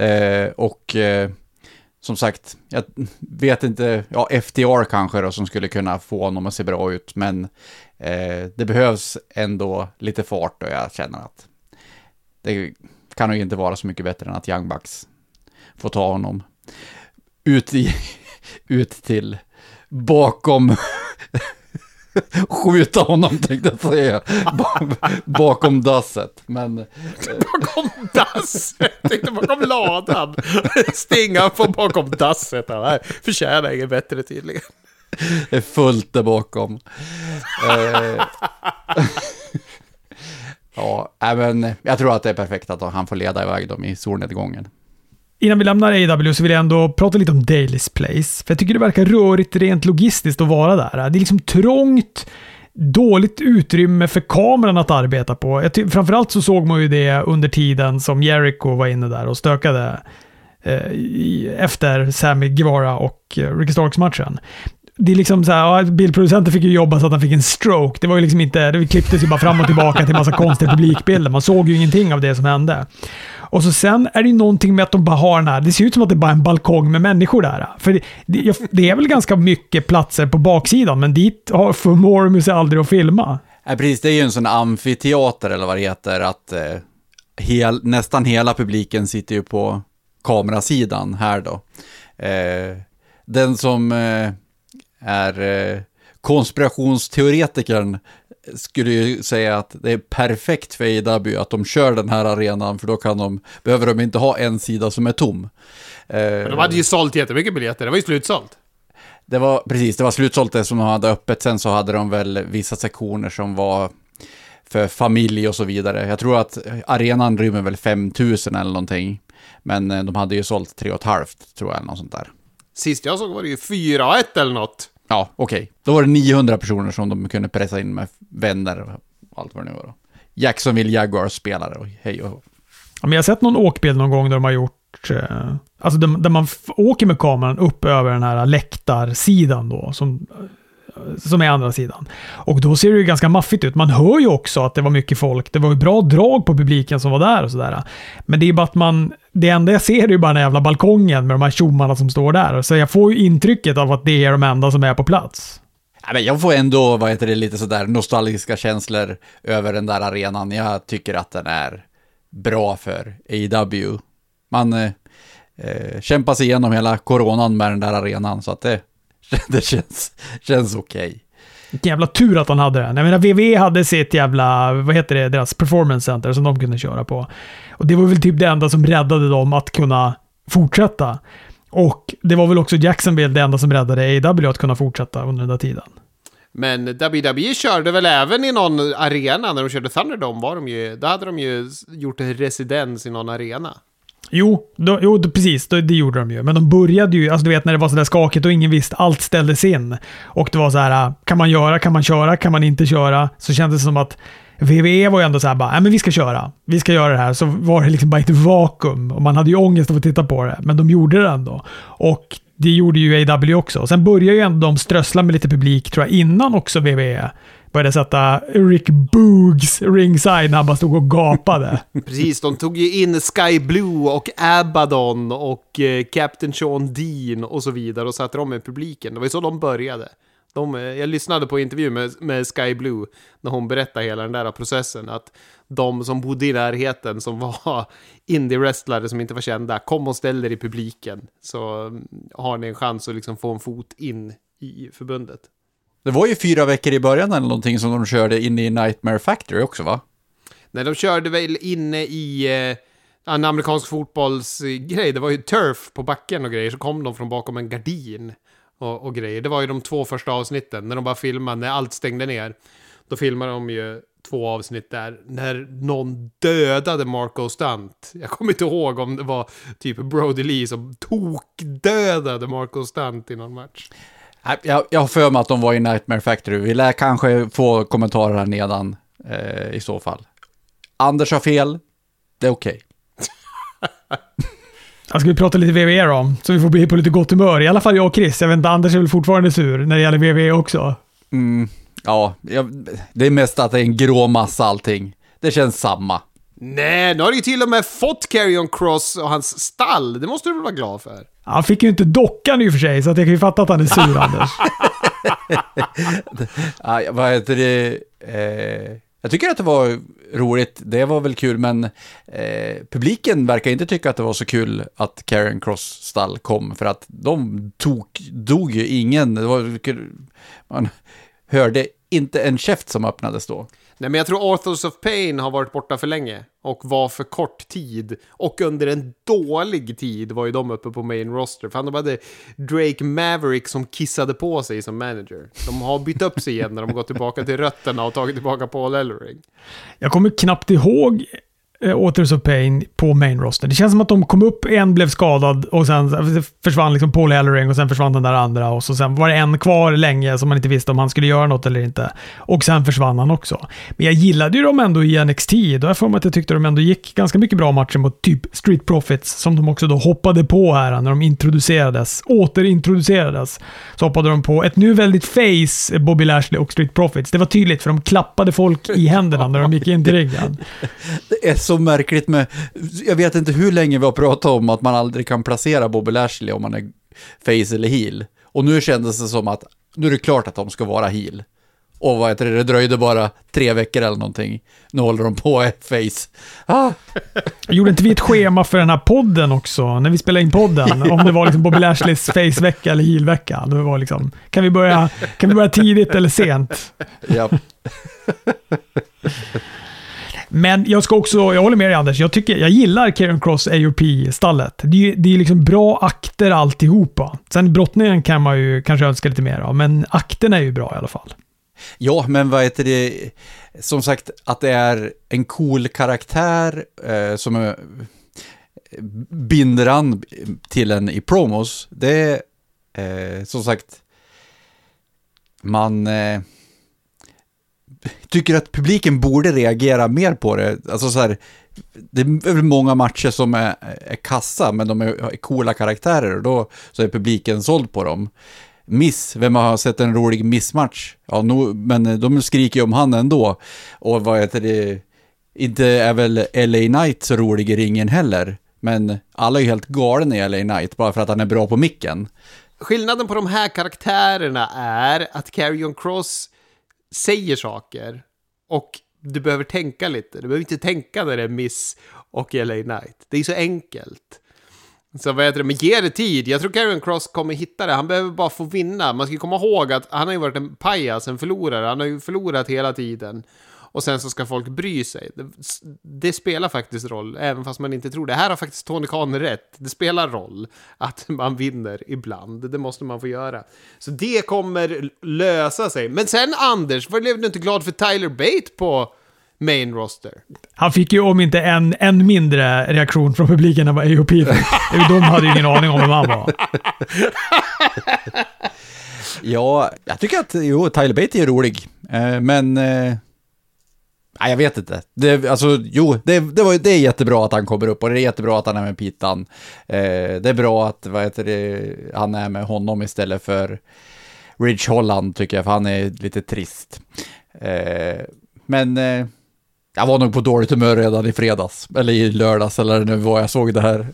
Som sagt, jag vet inte, FTR kanske då, som skulle kunna få honom att se bra ut, men det behövs ändå lite fart, och jag känner att det kan nog inte vara så mycket bättre än att Young Bucks får ta honom ut till bakom skjuta honom, tänkte jag säga. Bakom dasset. Men bakom dasset? Jag tänkte bakom ladan. Stinga på bakom dasset. Nej, förtjänar inget bättre tydligen. Det är fullt där bakom. Men jag tror att det är perfekt att han får leda iväg dem i solnedgången. Innan vi lämnar AEW så vill jag ändå prata lite om Daily's Place. För jag tycker det verkar rörigt rent logistiskt att vara där. Det är liksom trångt, dåligt utrymme för kameran att arbeta på. Framförallt så såg man ju det under tiden som Jericho var inne där och stökade efter Sammy Guevara och Ricky Starks-matchen. Det är liksom så här, bildproducenten fick ju jobba så att han fick en stroke. Det var ju liksom inte, det klipptes ju bara fram och tillbaka till massa konstiga publikbilder. Man såg ju ingenting av det som hände. Och så sen är det ju någonting med att de bara har den här, det ser ut som att det bara är en balkong med människor där. För det är väl ganska mycket platser på baksidan, men dit förmår de sig aldrig att filma. Ja, precis, det är ju en sån amfiteater eller vad det heter, att nästan hela publiken sitter ju på kamerasidan här då. Den som är konspirationsteoretikern skulle ju säga att det är perfekt för AEW att de kör den här arenan, för då behöver de inte ha en sida som är tom. Men de hade ju sålt jättemycket biljetter, det var ju slutsålt. Det var slutsålt det som de hade öppet. Sen så hade de väl vissa sektioner som var för familj och så vidare. Jag tror att arenan rymmer väl 5000 eller någonting. Men de hade ju sålt 3,5 tror jag, eller något sånt där. Sist jag såg var det ju 4-1 eller något. Ja, okej. Då var det 900 personer som de kunde pressa in med vänner och allt vad det nu var då. Jacksonville Jaguars spelare och hej och hå. Ja, men jag har sett någon åkbild någon gång där de har gjort, alltså där man åker med kameran upp över den här läktarsidan då, som är andra sidan. Och då ser det ju ganska maffigt ut. Man hör ju också att det var mycket folk. Det var ju bra drag på publiken som var där och sådär. Men det är bara att det enda jag ser är ju bara den jävla balkongen med de här tjommarna som står där. Så jag får ju intrycket av att det är de enda som är på plats. Ja, men jag får ändå, lite sådär nostalgiska känslor över den där arenan. Jag tycker att den är bra för AEW. Man kämpar sig igenom hela coronan med den där arenan, så att det känns okej. Vilken jävla tur att han hade den. Jag menar, WWE hade sitt jävla, deras performance center som de kunde köra på. Och det var väl typ det enda som räddade dem att kunna fortsätta. Och det var väl också Jacksonville det enda som räddade AEW att kunna fortsätta under den där tiden. Men WWE körde väl även i någon arena när de körde Thunderdome, då hade de ju gjort en residens i någon arena. Jo, precis, det gjorde de ju. Men de började ju, alltså du vet när det var så där skakigt och ingen visste, allt ställdes in. Och det var så här, kan man köra, kan man inte köra? Så kändes det som att WWE var ju ändå så här bara, men vi ska göra det här. Så var det liksom bara ett vakuum och man hade ju ångest av att titta på det. Men de gjorde det ändå. Och det gjorde ju AEW också. Sen började ju ändå de strössla med lite publik, tror jag, innan också WWE började sätta Rick Boogs ringside när han bara stod och gapade. Precis, de tog ju in Sky Blue och Abaddon och Captain Sean Dean och så vidare och satte dem i publiken. Det var ju så de började. Jag lyssnade på intervju med Sky Blue när hon berättade hela den där processen, att de som bodde i närheten som var indie-wrestlare som inte var kända, kom och ställde er i publiken, så har ni en chans att liksom få en fot in i förbundet. Det var ju 4 veckor i början eller någonting som de körde inne i Nightmare Factory också, va? Nej, de körde väl inne i en amerikansk fotbollsgrej. Det var ju turf på backen och grejer. Så kom de från bakom en gardin och grejer. Det var ju de 2 första avsnitten när de bara filmade, när allt stängde ner. Då filmade de ju 2 avsnitt där när någon dödade Marco Stunt. Jag kommer inte ihåg om det var typ Brody Lee som dödade Marco Stunt i någon match. Jag har för mig att de var i Nightmare Factory. Vi lär kanske få kommentarer här nedan i så fall. Anders har fel. Det är okej. Ska vi prata lite WWE då? Så vi får bli på lite gott humör. I alla fall jag och Chris. Jag vet inte, Anders är väl fortfarande sur när det gäller WWE också. Ja, det är mest att det är en grå massa allting. Det känns samma. Nej, nu har du ju till och med fått Karrion Kross och hans stall. Det måste du väl vara glad för. Han fick ju inte dockan i och för sig, så att jag kan ju fatta att han är sur, Anders. Vad heter det? Jag tycker att det var roligt. Det var väl kul, men publiken verkar inte tycka att det var så kul att Karrion Kross stall kom, för att de dog ju ingen. Man hörde inte en käft som öppnades då. Nej, men jag tror Authors of Pain har varit borta för länge och var för kort tid. Och under en dålig tid var ju de uppe på main roster. För de hade Drake Maverick som kissade på sig som manager. De har bytt upp sig igen när de har gått tillbaka till rötterna och tagit tillbaka Paul Ellering. Jag kommer knappt ihåg Authors of Pain på main roster. Det känns som att de kom upp, en blev skadad och sen försvann liksom Paul Ellering och sen försvann den där andra och så sen var det en kvar länge som man inte visste om han skulle göra något eller inte. Och sen försvann han också. Men jag gillade ju dem ändå i NXT. Då jag får mig att jag tyckte de ändå gick ganska mycket bra matcher mot typ Street Profits som de också då hoppade på här när de återintroducerades. Så hoppade de på ett nu väldigt face Bobby Lashley och Street Profits. Det var tydligt för de klappade folk i händerna när de gick in till ringen. Det är så märkligt med, jag vet inte hur länge vi har pratat om att man aldrig kan placera Bobby Lashley om man är face eller heel. Och nu kändes det som att nu är det klart att de ska vara heel. Och vad heter det dröjde bara 3 veckor eller någonting. Nu håller de på face. Gjorde inte vi ett schema för den här podden också? När vi spelade in podden. Om det var liksom Bobby Lashleys face-vecka eller heel-vecka. Då var liksom, kan vi börja tidigt eller sent? Ja. Men jag håller med dig Anders. Jag gillar Karrion Kross AOP-stallet. Det är liksom bra akter alltihopa. Sen brottningen kan man ju kanske önska lite mer av. Men akterna är ju bra i alla fall. Ja, men vad heter det? Som sagt, att det är en cool karaktär som binder an till en i promos. Det är som sagt man tycker att publiken borde reagera mer på det. Alltså så här, det är väl många matcher som är kassa, men de är coola karaktärer och då så är publiken såld på dem. Vem har sett en rolig missmatch? Ja, men de skriker ju om han ändå. Och vad heter det? Inte är väl LA Knight så rolig i ringen heller. Men alla är ju helt galen i LA Knight bara för att han är bra på micken. Skillnaden på de här karaktärerna är att Karrion Kross säger saker och du behöver tänka lite. Du behöver inte tänka när det är Miss och LA Knight. Det är så enkelt. Så vad heter det? Men ge det tid. Jag tror Karrion Kross kommer hitta det. Han behöver bara få vinna. Man ska komma ihåg att han har ju varit en pajas, en förlorare. Han har ju förlorat hela tiden. Och sen så ska folk bry sig. Det spelar faktiskt roll, även fast man inte tror det. Här har faktiskt Tony Khan rätt. Det spelar roll att man vinner ibland. Det måste man få göra. Så det kommer lösa sig. Men sen Anders, vad blev du inte glad för Tyler Bate på main roster? Han fick ju om inte en mindre reaktion från publiken än vad AOP fick. De hade ju ingen aning om vem han var. Ja, jag tycker att Tyler Bate är rolig. Men nej, jag vet inte. Det är jättebra att han kommer upp och det är jättebra att han är med Pitan. Det är bra att han är med honom istället för Ridge Holland tycker jag, för han är lite trist. Men jag var nog på dåligt humör redan i fredags eller i lördags eller nu var jag såg det här.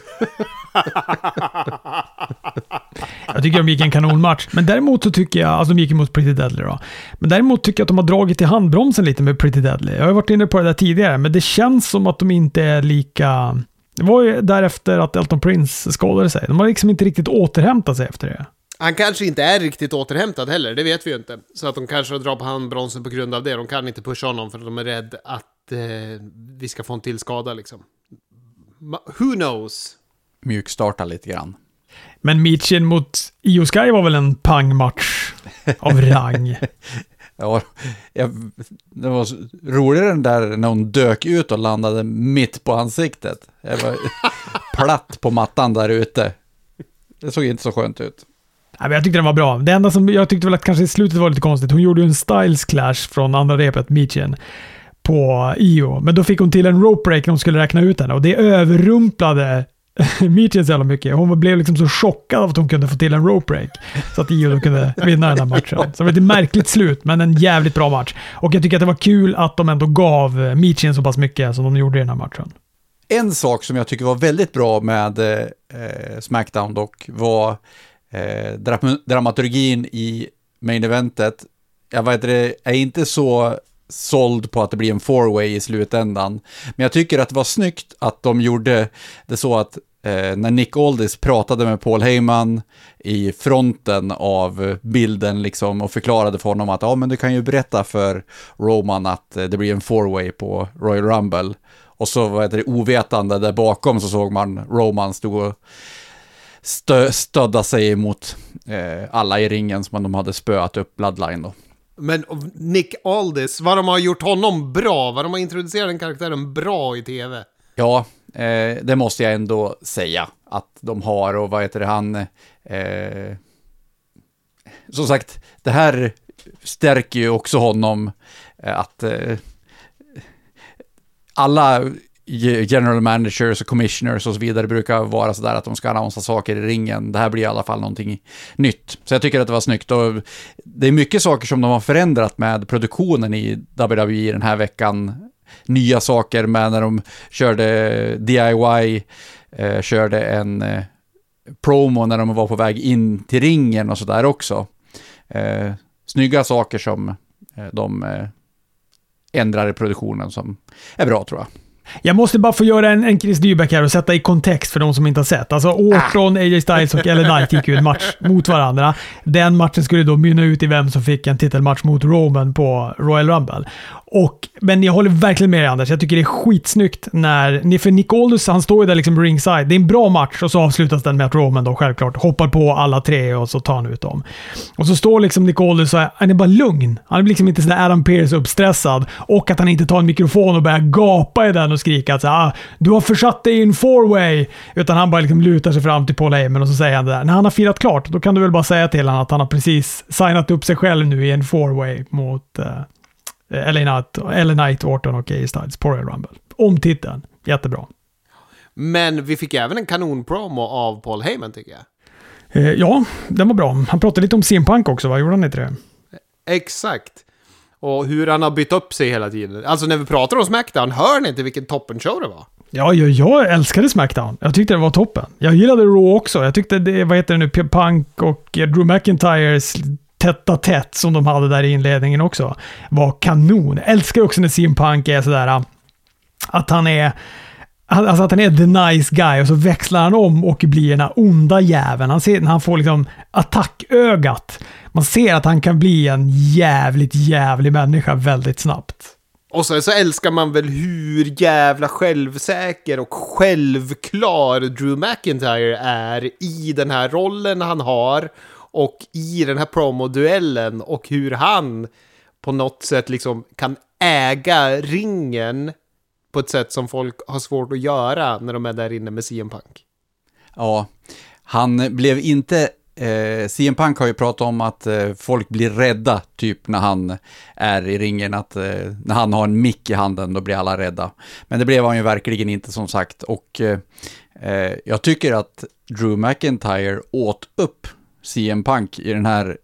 Jag tycker de gick en kanonmatch. Men däremot så tycker jag, alltså de gick emot Pretty Deadly då. Men däremot tycker jag att de har dragit i handbromsen lite med Pretty Deadly. Jag har varit inne på det där tidigare, men det känns som att de inte är lika... Det var ju därefter att Elton Prince skadade sig. De har liksom inte riktigt återhämtat sig efter det. Han kanske inte är riktigt återhämtad heller, det vet vi ju inte. Så att de kanske drar på handbromsen på grund av det. De kan inte pusha honom för att de är rädda att vi ska få en till skada liksom. Who knows? Mjukstarta lite grann. Men Michin mot Io Sky var väl en pangmatch av rang. Ja, det var roligare den där när hon dök ut och landade mitt på ansiktet. Jag var platt på mattan där ute. Det såg inte så skönt ut. Ja, men jag tyckte den var bra. Det enda som jag tyckte väl att kanske i slutet var lite konstigt. Hon gjorde ju en styles clash från andra repet, Michin, på Io. Men då fick hon till en rope break när hon skulle räkna ut henne. Och det överrumplade Michin så jävla mycket. Hon blev liksom så chockad av att hon kunde få till en rope break. Så att Io då kunde vinna den här matchen. Så det var ett märkligt slut, men en jävligt bra match. Och jag tycker att det var kul att de ändå gav Michin så pass mycket som de gjorde i den här matchen. En sak som jag tycker var väldigt bra med SmackDown dock var dramaturgin i main eventet. Jag är inte så såld på att det blir en four-way i slutändan. Men jag tycker att det var snyggt att de gjorde det så att när Nick Aldis pratade med Paul Heyman i fronten av bilden liksom, och förklarade för honom att men du kan ju berätta för Roman att det blir en four-way på Royal Rumble. Och så ovetande där bakom så såg man Roman stod och stödda sig mot alla i ringen som de hade spöat upp Bloodline då. Men Nick Aldis, vad de har gjort honom bra, vad de har introducerat den karaktären bra i tv. Ja, det måste jag ändå säga att de har, och han som sagt, det här stärker ju också honom att alla general managers och commissioners och så vidare brukar vara sådär att de ska annonsa saker i ringen. Det här blir i alla fall någonting nytt. Så jag tycker att det var snyggt. Och det är mycket saker som de har förändrat med produktionen i WWE den här veckan nya saker med när de körde DIY, körde en promo när de var på väg in till ringen och sådär också. Snygga saker som de ändrar i produktionen som är bra, tror jag. Jag måste bara få göra en Chris Dybeck här och sätta i kontext för de som inte har sett. Alltså Orton, AJ Styles och LA Knight gick ju en match mot varandra. Den matchen skulle då mynna ut i vem som fick en titelmatch mot Roman på Royal Rumble. Men jag håller verkligen med dig, Anders. Jag tycker det är skitsnyggt för Nick Aldis, han står ju där liksom ringside. Det är en bra match och så avslutas den med att Roman då självklart hoppar på alla tre och så tar han ut dem. Och så står liksom Nick Aldis och han är bara lugn. Han är liksom inte sån där Adam Pearce uppstressad, och att han inte tar en mikrofon och börjar gapa i den och skrika att du har försatt dig i en four-way, utan han bara liksom lutar sig fram till Paul Heyman och så säger han det där. När han har firat klart, då kan du väl bara säga till honom att han har precis signat upp sig själv nu i en four-way mot LA Knight, Orton och AJ Styles på Royal Rumble. Om titeln. Jättebra. Men vi fick även en kanonpromo av Paul Heyman, tycker jag. Ja, den var bra. Han pratade lite om CM Punk också, va? Gjorde han inte det? Exakt. Och hur han har bytt upp sig hela tiden. Alltså när vi pratar om SmackDown, hör ni inte vilken toppenshow det var? Ja, jag älskade SmackDown. Jag tyckte det var toppen. Jag gillade Raw också. Jag tyckte det, Punk och Drew McIntyres tätt som de hade där i inledningen också var kanon. Jag älskar också när CM Punk är sådär att han är the nice guy och så växlar han om och blir den här onda jäveln. När han får liksom attackögat. Man ser att han kan bli en jävlig människa väldigt snabbt. Och så älskar man väl hur jävla självsäker och självklar Drew McIntyre är i den här rollen han har och i den här promoduellen, och hur han på något sätt liksom kan äga ringen på ett sätt som folk har svårt att göra när de är där inne med CM Punk. Ja, han blev inte... CM Punk har ju pratat om att folk blir rädda typ när han är i ringen, att när han har en mick i handen då blir alla rädda. Men det blev han ju verkligen inte, som sagt. Och jag tycker att Drew McIntyre åt upp CM Punk i den här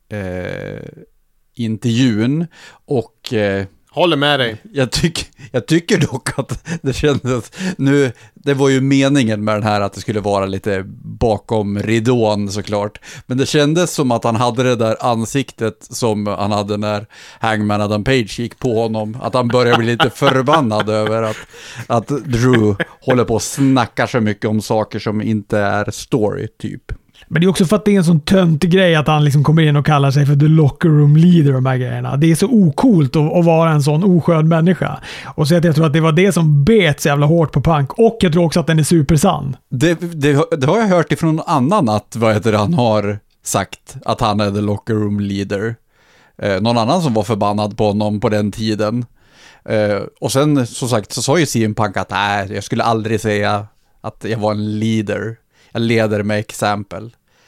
intervjun, och håller med dig. Jag tycker dock att det kändes nu, det var ju meningen med den här att det skulle vara lite bakom ridån såklart, men det kändes som att han hade det där ansiktet som han hade när Hangman Adam Page gick på honom, att han började bli lite förbannad över att Drew håller på och snackar så mycket om saker som inte är story typ. Men det är också för att det är en sån töntig grej att han liksom kommer in och kallar sig för the locker room leader och de här grejerna. Det är så okult att vara en sån oskön människa. Och så att jag tror att det var det som bet så jävla hårt på Punk. Och jag tror också att den är supersann. Det har jag hört ifrån någon annan att han har sagt att han är the locker room leader. Någon annan som var förbannad på honom på den tiden. Och sen som sagt så sa ju CM Punk att jag skulle aldrig säga att jag var en leader. Jag leder med exempel.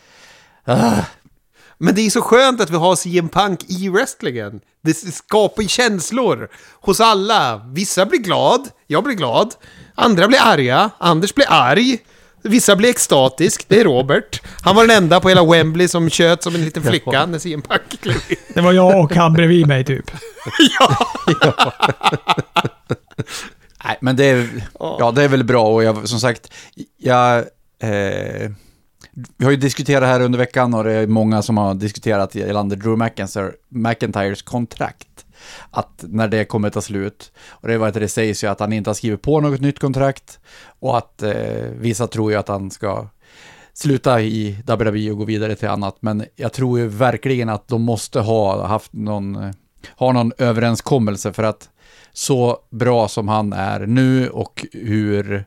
Men det är så skönt att vi har CM Punk i wrestlingen. Det skapar känslor hos alla. Vissa blir glad, jag blir glad. Andra blir arga, Anders blir arg. Vissa blir extatisk, det är Robert. Han var den enda på hela Wembley som tjöt som en liten flicka när CM Punk klev in. Det var jag och han bredvid mig typ. Ja. Nej, men det är väl bra, och som sagt, vi har ju diskuterat här under veckan, och det är många som har diskuterat gällande Drew McIntyres kontrakt, att när det kommer ta slut, och det sägs ju att han inte har skrivit på något nytt kontrakt, och att vissa tror ju att han ska sluta i WWE och gå vidare till annat, men jag tror ju verkligen att de måste ha någon överenskommelse, för att så bra som han är nu och hur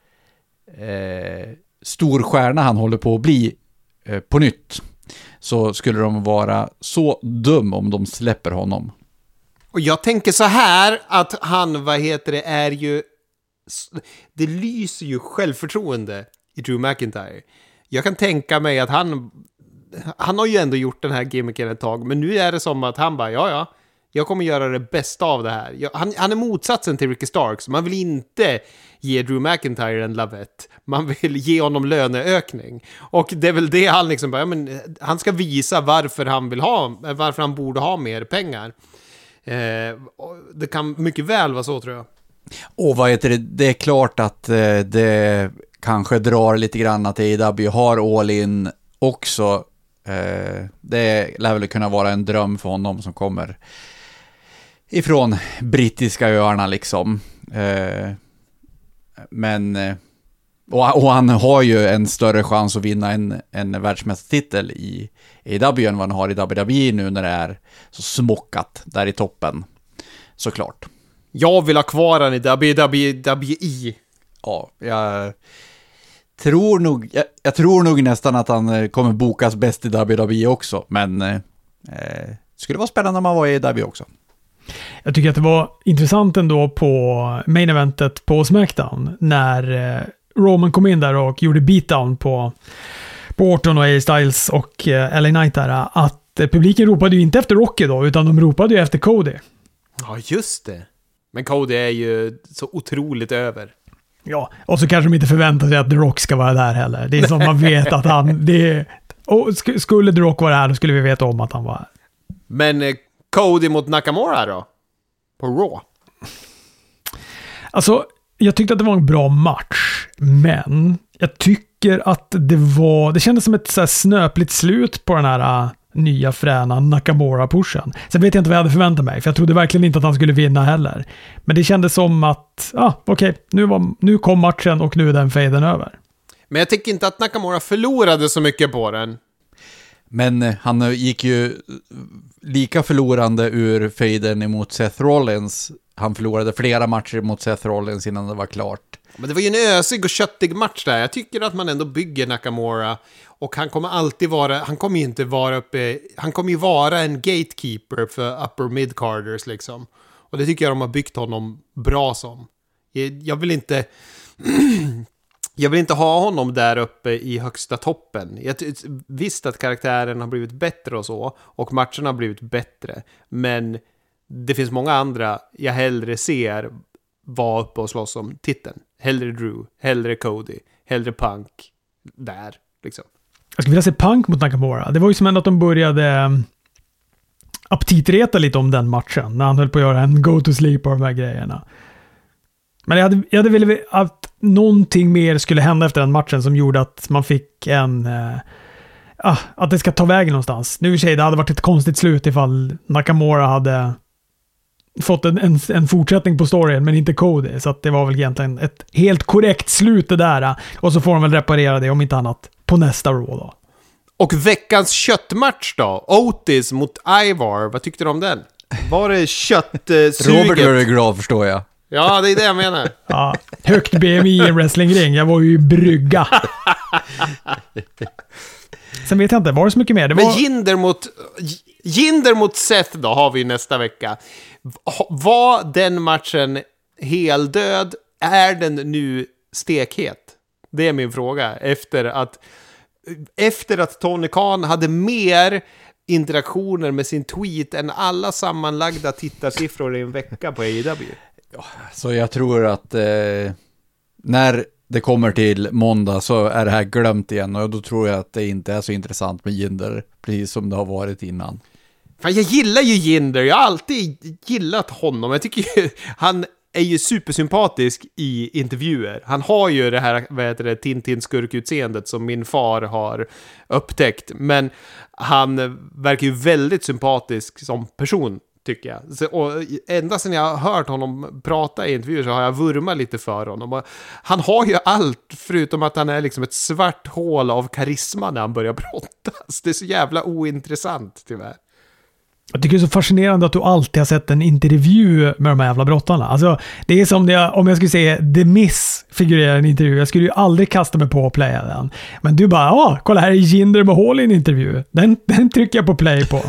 stor stjärna han håller på att bli på nytt, så skulle de vara så dum om de släpper honom. Och jag tänker så här att han, är ju, det lyser ju självförtroende i Drew McIntyre. Jag kan tänka mig att han har ju ändå gjort den här gimmicken ett tag, men nu är det som att han bara, jag kommer göra det bästa av det här. Han är motsatsen till Ricky Starks. Man vill inte ge Drew McIntyre en lavette. Man vill ge honom löneökning. Och det är väl det han liksom bara, han ska visa varför han borde ha mer pengar. Det kan mycket väl vara så, tror jag. Och vad heter det? Det är klart att det kanske drar lite grann att AEW har all in också. Det lär väl kunna vara en dröm för honom som kommer ifrån brittiska öarna liksom. Men och han har ju en större chans att vinna en världsmästartitel i AEW än vad han har i WWE nu när det är så smockat där i toppen. Såklart. Jag vill ha kvar han i WWE. Ja, jag tror nog nästan att han kommer bokas bäst i WWE också, men skulle vara spännande om han var i AEW också. Jag tycker att det var intressant ändå på main eventet på SmackDown när Roman kom in där och gjorde beatdown på Orton och AJ Styles och LA Knight där, att publiken ropade ju inte efter Rocky då, utan de ropade ju efter Cody. Ja, just det. Men Cody är ju så otroligt över. Ja, och så kanske de inte förväntar sig att The Rock ska vara där heller. Det är som man vet att han... och skulle The Rock vara här, då skulle vi veta om att han var här. Men Cody mot Nakamura då? På Raw? Alltså, jag tyckte att det var en bra match, men jag tycker att det kändes som ett så här snöpligt slut på den här nya fräna Nakamura-pushen. Sen vet jag inte vad jag hade förväntat mig, för jag trodde verkligen inte att han skulle vinna heller. Men det kändes som att, okej, nu kom matchen och nu är den faden över. Men jag tycker inte att Nakamura förlorade så mycket på den. Men han gick ju lika förlorande ur faden emot Seth Rollins. Han förlorade flera matcher mot Seth Rollins innan det var klart. Men det var ju en ösig och köttig match där. Jag tycker att man ändå bygger Nakamura. Och han kommer alltid vara... Han kommer ju inte vara uppe... Han kommer ju vara en gatekeeper för upper mid-carders liksom. Och det tycker jag de har byggt honom bra som. Jag vill inte... Jag vill inte ha honom där uppe i högsta toppen. Jag visst att karaktären har blivit bättre och så. Och matcherna har blivit bättre. Men det finns många andra jag hellre ser vara uppe och slåss om titeln. Hellre Drew, hellre Cody, hellre Punk. Där, liksom. Jag skulle vilja se Punk mot Nakamura. Det var ju som ändå att de började aptitreta lite om den matchen. När han höll på att göra en go-to-sleep och de här grejerna. Men jag hade velat att någonting mer skulle hända efter den matchen som gjorde att man fick att det ska ta vägen någonstans. Nu i sig, det hade varit ett konstigt slut ifall Nakamura hade fått en fortsättning på storyn, men inte Cody. Så att det var väl egentligen ett helt korrekt slut det där. Och så får de väl reparera det om inte annat på nästa Raw då. Och veckans köttmatch då? Otis mot Ivar. Vad tyckte du om den? Var det köttsuget? Robert är glad, förstår jag. Ja, det är det jag menar. Ja, högt BMI i en wrestlingring. Jag var ju brygga. Sen vet jag inte, var det så mycket mer? Det var... Men Jinder mot Seth då har vi nästa vecka. Var den matchen heldöd? Är den nu stekhet? Det är min fråga. Efter att Tony Khan hade mer interaktioner med sin tweet än alla sammanlagda tittarsiffror i en vecka på AEW. Ja, så jag tror att när det kommer till måndag så är det här glömt igen, och då tror jag att det inte är så intressant med Jinder, precis som det har varit innan. Fan, jag gillar ju Jinder, jag har alltid gillat honom. Jag tycker ju, han är ju supersympatisk i intervjuer. Han har ju det här, Tintin-skurkutseendet som min far har upptäckt, men han verkar ju väldigt sympatisk som person, tycker jag. Och ända sedan jag har hört honom prata i intervjuer så har jag vurmat lite för honom. Och han har ju allt, förutom att han är liksom ett svart hål av karisma när han börjar brottas. Det är så jävla ointressant, tyvärr. Jag tycker det är så fascinerande att du alltid har sett en intervju med de här jävla brottarna. Alltså, det är som om jag skulle säga The Miss figurerar i en intervju. Jag skulle ju aldrig kasta mig på att playa den. Men du bara, kolla här är Jinder med hål i en intervju. Den trycker jag på play på.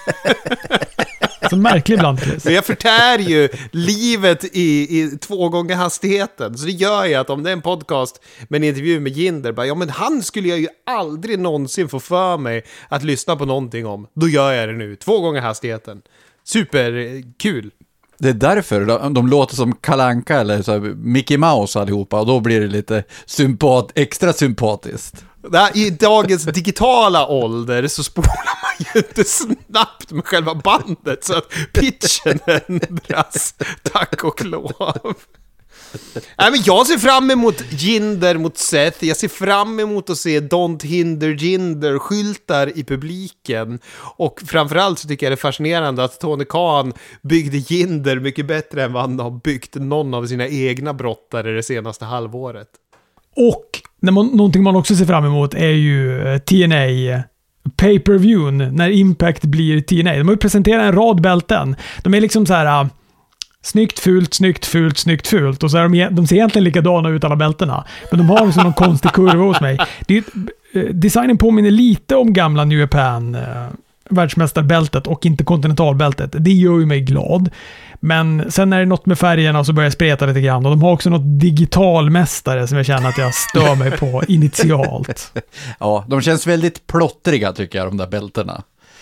Så märklig ibland. Men jag förtär ju livet i 2 gånger hastigheten. Så det gör ju att om det är en podcast med en intervju med Jinder, bara, men han skulle jag ju aldrig någonsin få för mig att lyssna på någonting om. Då gör jag det nu. 2 gånger hastigheten. Superkul. Det är därför de låter som Kalle Anka eller så Mickey Mouse allihopa, och då blir det lite extra sympatiskt. I dagens digitala ålder så spolar man ju inte snabbt med själva bandet så att pitchen ändras. Tack och lov. Nej, men jag ser fram emot Jinder mot Seth. Jag ser fram emot att se Don't Hinder Jinder skyltar i publiken. Och framförallt så tycker jag det är fascinerande att Tony Khan byggde Jinder mycket bättre än vad han har byggt någon av sina egna brottare det senaste halvåret. Och någonting man också ser fram emot är ju TNA pay-per-viewn när Impact blir TNA. De har ju presenterat en rad bälten. De är liksom så här snyggt, fult, snyggt, fult, snyggt, fult. Och så är de ser egentligen likadana ut alla bälterna. Men de har liksom någon konstig kurva hos mig. Designen påminner lite om gamla New Japan världsmästarbältet och inte kontinentalbältet. Det gör ju mig glad. Men sen är det något med färgerna och så börjar jag spreta lite grann. Och de har också något digitalmästare som jag känner att jag stör mig på initialt. Ja, de känns väldigt plottriga tycker jag, de där bälterna.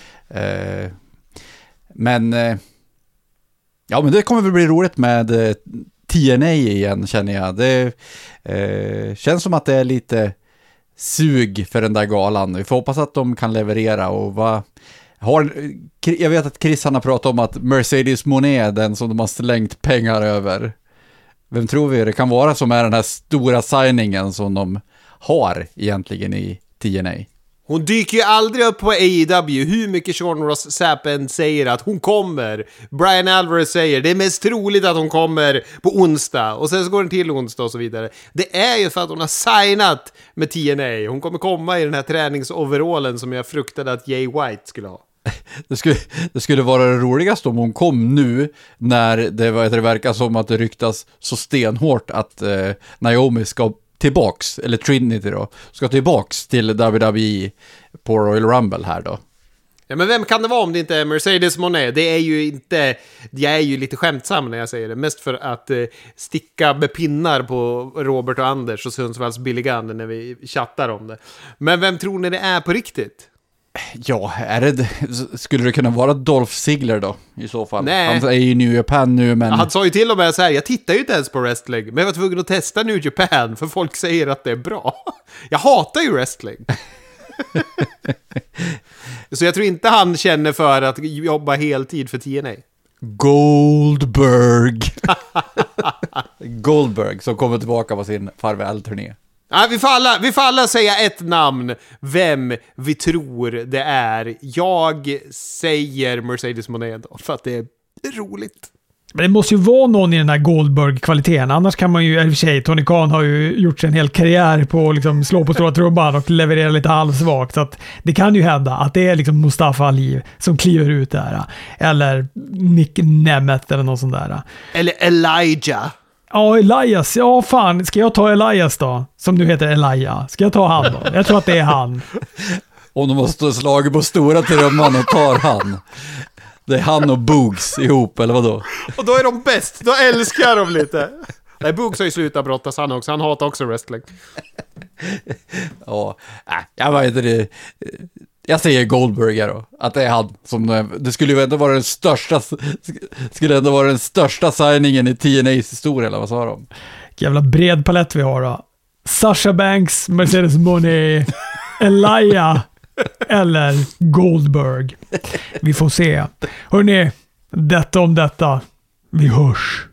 Men det kommer väl bli roligt med TNA igen, känner jag. Det känns som att det är lite sug för den där galan. Vi får hoppas att de kan leverera och jag vet att Chris har pratat om att Mercedes Moné är den som de har slängt pengar över. Vem tror vi det kan vara som är den här stora signingen som de har egentligen i TNA? Hon dyker ju aldrig upp på AEW. Hur mycket Sean Ross Sapp säger att hon kommer. Brian Alvarez säger det är mest troligt att hon kommer på onsdag. Och sen så går den till onsdag och så vidare. Det är ju för att hon har signat med TNA. Hon kommer komma i den här träningsoverallen som jag fruktade att Jay White skulle ha. Det skulle vara det roligaste om hon kom nu när det verkar som att det ryktas så stenhårt att Naomi ska tillbaks, eller Trinity då, ska tillbaks till WWE på Royal Rumble här då. Ja, men vem kan det vara om det inte är Mercedes Moné? Det är ju inte, jag är ju lite skämtsam när jag säger det, mest för att sticka med pinnar på Robert och Anders och Sundsvalls Billy Gunn när vi chattar om det. Men vem tror ni det är på riktigt? Ja, skulle det kunna vara Dolph Ziggler då i så fall? Nej. Han är i New Japan nu, men... Han sa ju till och med så här, jag tittar ju inte ens på wrestling, men jag var tvungen att testa New Japan för folk säger att det är bra. Jag hatar ju wrestling. Så jag tror inte han känner för att jobba heltid för TNA. Goldberg som kommer tillbaka på sin farväl-turné. Ja, vi får alla säga ett namn, vem vi tror det är. Jag säger Mercedes Moné då, för att det är roligt. Men det måste ju vara någon i den här Goldberg-kvaliteten. Annars kan man ju, i och för sig, Tony Khan har ju gjort sig en hel karriär på att liksom slå på stora trubban och leverera lite halvsvagt. Så att det kan ju hända att det är liksom Mustafa Ali som kliver ut där. Eller Nick Nemeth eller något sånt där. Eller Elijah. Ja, Elias. Ja, fan. Ska jag ta Elias då? Som nu heter Elijah. Ska jag ta han då? Jag tror att det är han. Om de måste slå på stora trumman och tar han. Det är han och Boogs ihop, eller vadå? Och då är de bäst. Då älskar jag dem lite. Nej, Boogs har ju slutat brottas han också. Han hatar också wrestling. Ja, jag vet inte det. Jag säger Goldberg då. Att det är han som... Det skulle ju ändå vara den största signingen i TNAs historia, eller vad sa de? Jävla bred palett vi har då. Sasha Banks, Mercedes Moné, Elijah eller Goldberg. Vi får se. Hörrni, detta om detta. Vi hörs.